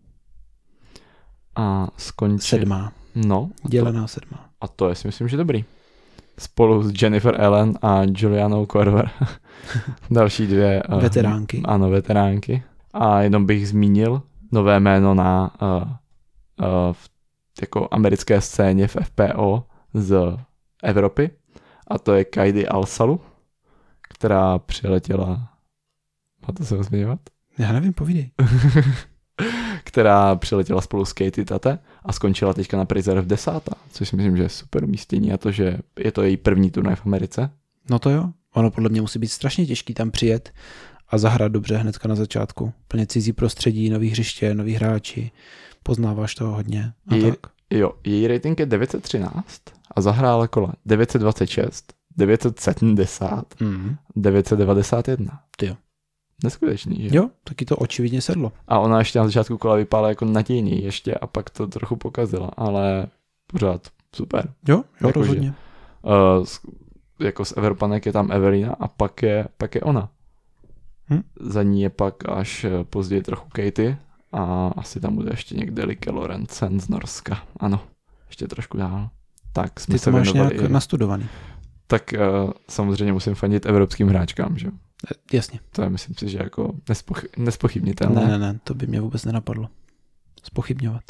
A skončit. Sedmá. No. Dělená sedmá. A to je si myslím, že dobrý. Spolu s Jennifer Allen a Julianou Korver. Další dvě. Uh, veteránky. Ano, veteránky. A jenom bych zmínil nové jméno na uh, uh, jako americké scéně v F P O z Evropy. A to je Kaidi Alsalu, která přiletěla... Máte se ho zmiňovat? Já nevím, povídej. která přiletěla spolu s Katie Tate a skončila teďka na Preserve desátá, což si myslím, že je super umístění a to, že je to její první turnaj v Americe. No to jo, ono podle mě musí být strašně těžký tam přijet a zahrát dobře hnedka na začátku. Plně cizí prostředí, nový hřiště, noví hráči, poznáváš toho hodně. A je, tak. Jo, její rating je devět set třináct a zahrála kola devět set dvacet šest, devět set sedmdesát, mm. devět set devadesát jedna. Ty jo. Neskutečný, že? Jo, taky to očividně sedlo. A ona ještě na začátku kola vypadala jako nadějný ještě a pak to trochu pokazila, ale pořád super. Jo, jo, jako rozhodně. Uh, jako z Evropanek je tam Evelina a pak je, pak je ona. Hm? Za ní je pak až později trochu Katie a asi tam bude ještě někde Like Lorentzen z Norska. Ano, ještě trošku dál. Tak jsme Ty se to máš nějak i... nastudovaný. Tak uh, samozřejmě musím fandit evropským hráčkám, že? Jasně. To je, myslím si, že jako nespochy... nespochybnitelné. Ne, ne, ne, to by mě vůbec nenapadlo. Spochybňovat.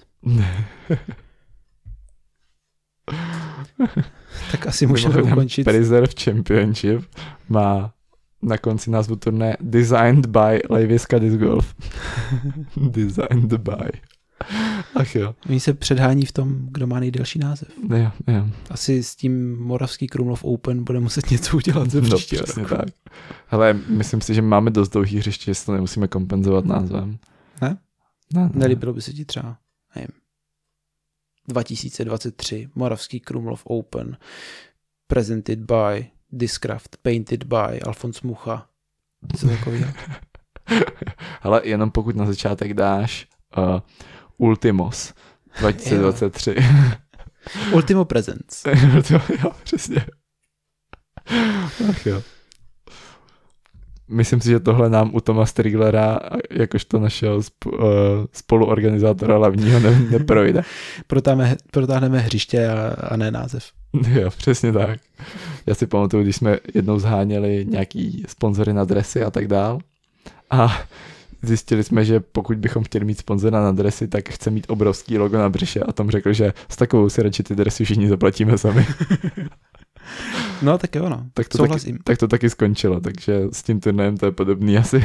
Tak asi můžeme ukončit. Preserve Championship má na konci názvu turné Designed by Leiviska Disc Golf. Designed by. Ach jo. Oni se předhání v tom, kdo má nejdelší název. Jo, jo. Asi s tím Moravský Krumlov Open bude muset něco udělat ze příštího no, roku. Tak. Hele, myslím si, že máme dost dlouhý hřiště, že to nemusíme kompenzovat názvem. Ne? Ne, ne. Nelíbilo by se ti třeba, nevím, dva tisíce dvacet tři Moravský Krumlov Open presented by Discraft, painted by Alfons Mucha. Co takového? Hele, jenom pokud na začátek dáš uh, Ultimos dva tisíce dvacet tři. Ultimo Presents. Jo, přesně. Ach jo. Myslím si, že tohle nám u Toma Striglera, jakožto našeho spoluorganizátora hlavního, ne, neprojde. Protáhneme, protáhneme hřiště a, a ne název. Jo, přesně tak. Já si pamatuju, když jsme jednou zháněli nějaký sponzory na dresy a tak dál. A zjistili jsme, že pokud bychom chtěli mít sponzora na dresy, tak chce mít obrovský logo na břiše a Tom řekl, že s takovou si radši ty dresy všichni zaplatíme sami. No tak jo, no. Tak to, Souhlasím. taky, tak to taky skončilo, takže s tím turnajem to je podobný asi.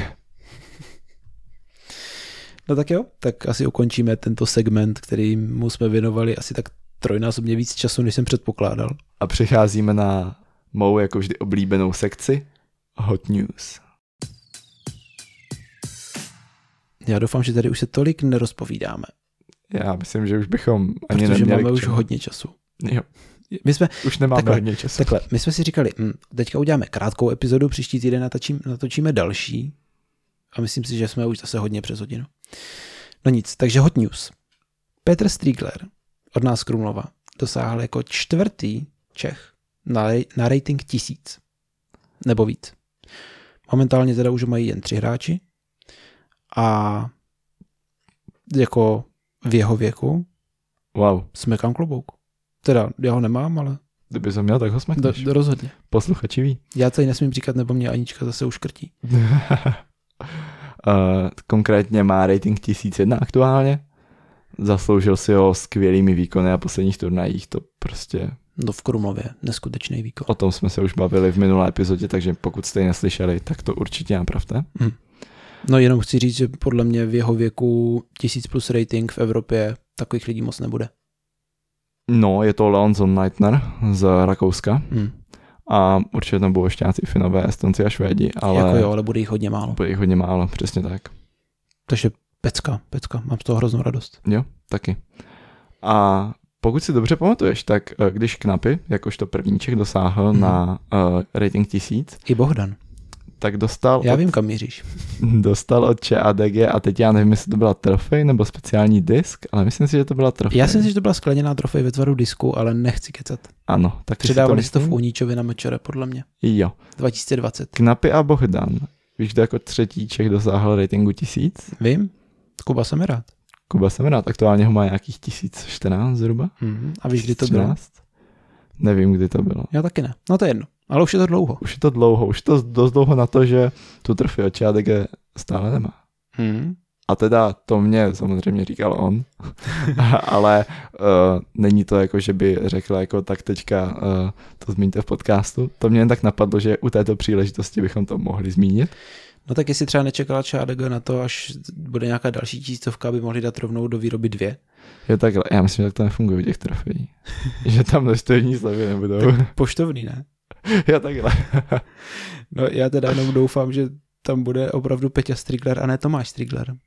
No tak jo, tak asi ukončíme tento segment, který mu jsme věnovali asi tak trojnásobně víc času, než jsem předpokládal. A přecházíme na mou jako vždy oblíbenou sekci Hot News. Já doufám, že tady už se tolik nerozpovídáme. Já myslím, že už bychom ani protože neměli máme už hodně času. Jo. My jsme, už nemáme takhle, hodně času. Takhle, my jsme si říkali, hm, teďka uděláme krátkou epizodu, příští týden natočím, natočíme další a myslím si, že jsme už zase hodně přes hodinu. No nic, takže hot news. Petr Striegler od nás z Krumlova dosáhl jako čtvrtý Čech na, na rating tisíc. Nebo víc. Momentálně teda už mají jen tři hráči a jako v jeho věku Wow. smekám klobouk. Teda já ho nemám, ale Kdyby jsem měl, tak ho smekneš. do, rozhodně. Posluchači ví. Já tady nesmím říkat, nebo mě Anička zase uškrtí. uh, konkrétně má rating tisíc jedna aktuálně. Zasloužil si ho skvělými výkony a posledních turnajích. To prostě... No v Krumlově, neskutečný výkon. O tom jsme se už bavili v minulé epizodě, takže pokud jste ji neslyšeli, tak to určitě napravte. Hmm. No jenom chci říct, že podle mě v jeho věku tisíc plus rating v Evropě takových lidí moc nebude. No, je to Leon Sonnleitner z Rakouska. Hmm. A určitě tam budou ještě nějaký Finové, Estonci a Švédi, ale... Jako jo, ale bude jich hodně málo. Bude jich hodně málo, přesně tak. Takže pecka, pecka, mám z toho hroznou radost. Jo, taky. A pokud si dobře pamatuješ, tak když Knapy, jakožto první Čech, dosáhl hmm. na uh, rating tisíc... I Bohdan. Tak dostal... Já od, vím, kam míříš. Dostal od ČADG a teď já nevím, jestli to byla trofej nebo speciální disk, ale myslím si, že to byla trofej. Já si myslím, že to byla skleněná trofej ve tvaru disku, ale nechci kecat. Ano. Tak předávali si to v Uníčovi na Mečere, podle mě. Jo. dva tisíce dvacet. Knapy a Bohdan. Víš, kdo jako třetí Čech dosáhl ratingu tisíc? Vím. Kuba Semerát. Kuba Semerát. Aktuálně ho má nějakých tisíc čtrnáct zhruba. Mm-hmm. A víš, kdy to bylo? Nevím, kdy to bylo. Já taky ne. No to je jedno. Ale už je to dlouho. Už je to dlouho. Už je to dost dlouho na to, že tu trofej od ČADG stále nemá. Hmm. A teda to mě samozřejmě říkal on, ale uh, není to jako, že by řekl jako tak teďka uh, to zmíníte v podcastu. To mě jen tak napadlo, že u této příležitosti bychom to mohli zmínit. No tak jestli třeba nečekala ČADG na to, až bude nějaká další tisícovka, aby mohli dát rovnou do výroby dvě. Jo takhle, já myslím, že tak to nefunguje u těch trofejí. Že tam množstevní slevy nebudou. Tak poštovný, ne? Jo takhle. No já teda jenom doufám, že tam bude opravdu Peťa Striegler a ne Tomáš Striegler.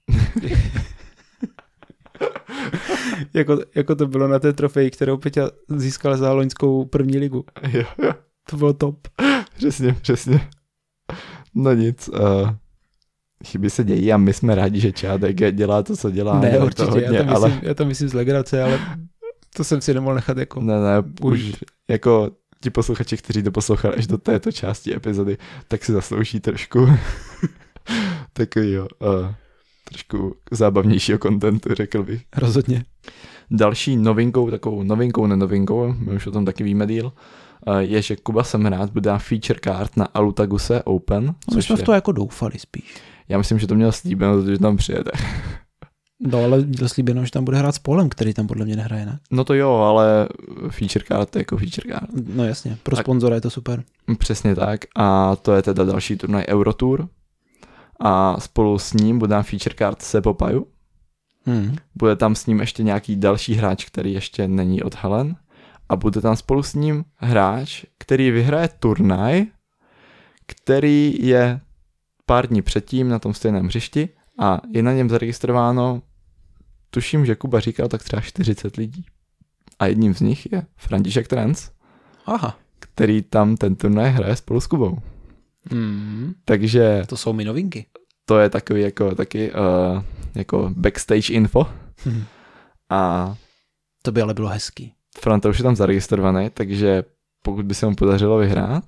jako, jako to bylo na té trofeji, kterou Peťa získal za loňskou první ligu. Jo, jo. To bylo top. Přesně, přesně. No nic, uh, chyby se dějí a my jsme rádi, že ČADG dělá to, co dělá. Ne, určitě, to hodně, já, to myslím, ale... já to myslím z legrace, ale to jsem si nemohl nechat jako... Ne, ne, už jako ti posluchači, kteří to poslouchali až do této části epizody, tak si zaslouží trošku takovýho, uh, trošku zábavnějšího kontentu, řekl bych. Rozhodně. Další novinkou, takovou novinkou, nenovinkou, my už o tom taky víme díl, je, že Kuba Semerát bude dát feature card na Alutaguse Open. No, my jsme je... v to jako doufali spíš. Já myslím, že to měl slíbeno, že tam přijede. No, ale měl slíbeno, že tam bude hrát s Polem, který tam podle mě nehraje, ne? No to jo, ale feature card je jako feature card. No jasně, pro tak, sponzora je to super. Přesně tak a to je teda další turnaj Eurotour a spolu s ním bude dát feature card Seppo Paju. Hmm. Bude tam s ním ještě nějaký další hráč, který ještě není odhalen. A bude tam spolu s ním hráč, který vyhraje turnaj, který je pár dní předtím na tom stejném hřišti a je na něm zaregistrováno, tuším, že Kuba říkal tak třeba čtyřicet lidí. A jedním z nich je František Trenc, Aha. který tam ten turnaj hraje spolu s Kubou. Mm. Takže... To jsou mi novinky. To je takový jako, taky, uh, jako backstage info. Hmm. A... To by ale bylo hezký. Franta už je tam zaregistrovaný, takže pokud by se mu podařilo vyhrát,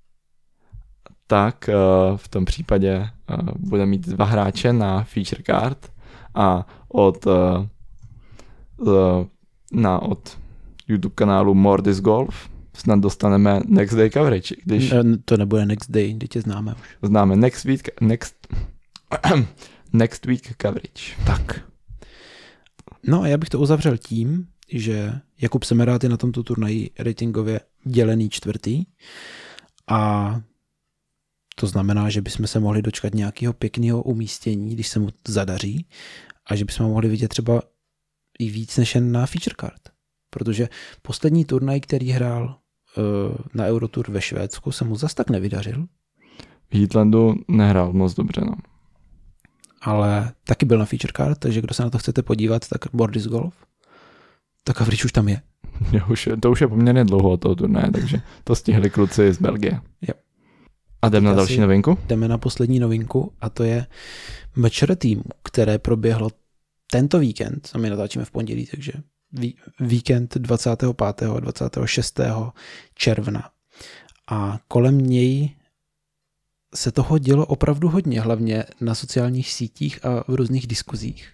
tak uh, v tom případě uh, bude mít dva hráče na feature card a od, uh, uh, na, od YouTube kanálu More Disc Golf snad dostaneme Next Day coverage. Když to nebude Next Day, když tě známe už. Známe Next Week, next, Next week coverage. Tak. No a já bych to uzavřel tím, že Jakub Semerát je na tomto turnaji ratingově dělený čtvrtý a to znamená, že bychom se mohli dočkat nějakého pěkného umístění, když se mu zadaří a že bychom mohli vidět třeba i víc než jen na feature card. Protože poslední turnaj, který hrál uh, na Eurotour ve Švédsku, se mu zas tak nevydařil. V Heatlandu nehrál moc dobře, no. Ale taky byl na feature card, takže kdo se na to chcete podívat, tak Bordis Golf. Tak coverage už tam je. Jo, už je. To už je poměrně dlouho od toho turnaje, takže to stihli kluci z Belgie. Jo. A jdeme na další novinku? Jdeme na poslední novinku a to je Mečer týmu, které proběhlo tento víkend, a my natáčíme v pondělí, takže víkend dvacátého pátého a dvacátého šestého června. A kolem něj se toho dělo opravdu hodně, hlavně na sociálních sítích a v různých diskuzích.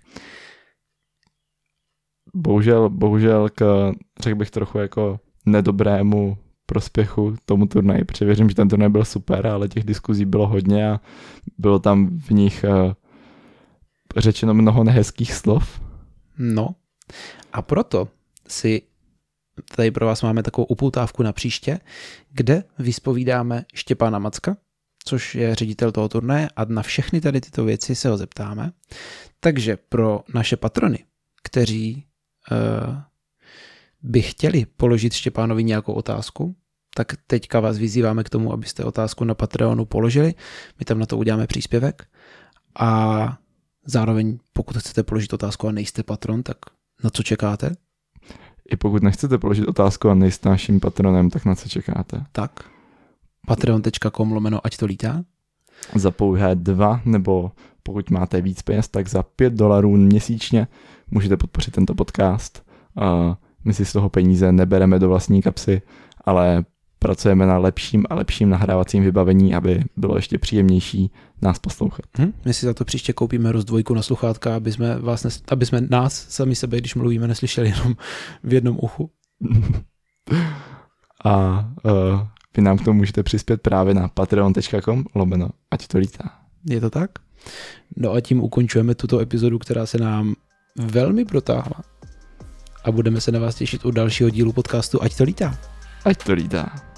Bohužel, bohužel k, řekl bych, trochu jako nedobrému prospěchu tomu turnaji, protože věřím, že ten turnaj byl super, ale těch diskuzí bylo hodně a bylo tam v nich uh, řečeno mnoho nehezkých slov. No a proto si tady pro vás máme takovou upoutávku na příště, kde vyspovídáme Štěpána Macka, což je ředitel toho turnaje a na všechny tady tyto věci se ho zeptáme. Takže pro naše patrony, kteří uh, by chtěli položit Štěpánovi nějakou otázku, tak teďka vás vyzýváme k tomu, abyste otázku na Patreonu položili. My tam na to uděláme příspěvek a zároveň pokud chcete položit otázku a nejste patron, tak na co čekáte? I pokud nechcete položit otázku a nejste naším patronem, tak na co čekáte? Tak. patreon tečka com lomeno ať to lítá. Za pouhé dva, nebo pokud máte víc peněz, tak za pět dolarů měsíčně můžete podpořit tento podcast. Uh, my si z toho peníze nebereme do vlastní kapsy, ale pracujeme na lepším a lepším nahrávacím vybavení, aby bylo ještě příjemnější nás poslouchat. Hmm, my si za to příště koupíme rozdvojku na sluchátka, aby jsme, vás nes- aby jsme nás sami sebe, když mluvíme, neslyšeli jenom v jednom uchu. A uh, vy nám k tomu můžete přispět právě na patreon tečka com lomeno ať to lítá. Je to tak? No a tím ukončujeme tuto epizodu, která se nám velmi protáhla. A budeme se na vás těšit u dalšího dílu podcastu Ať to lítá. Ať to lítá.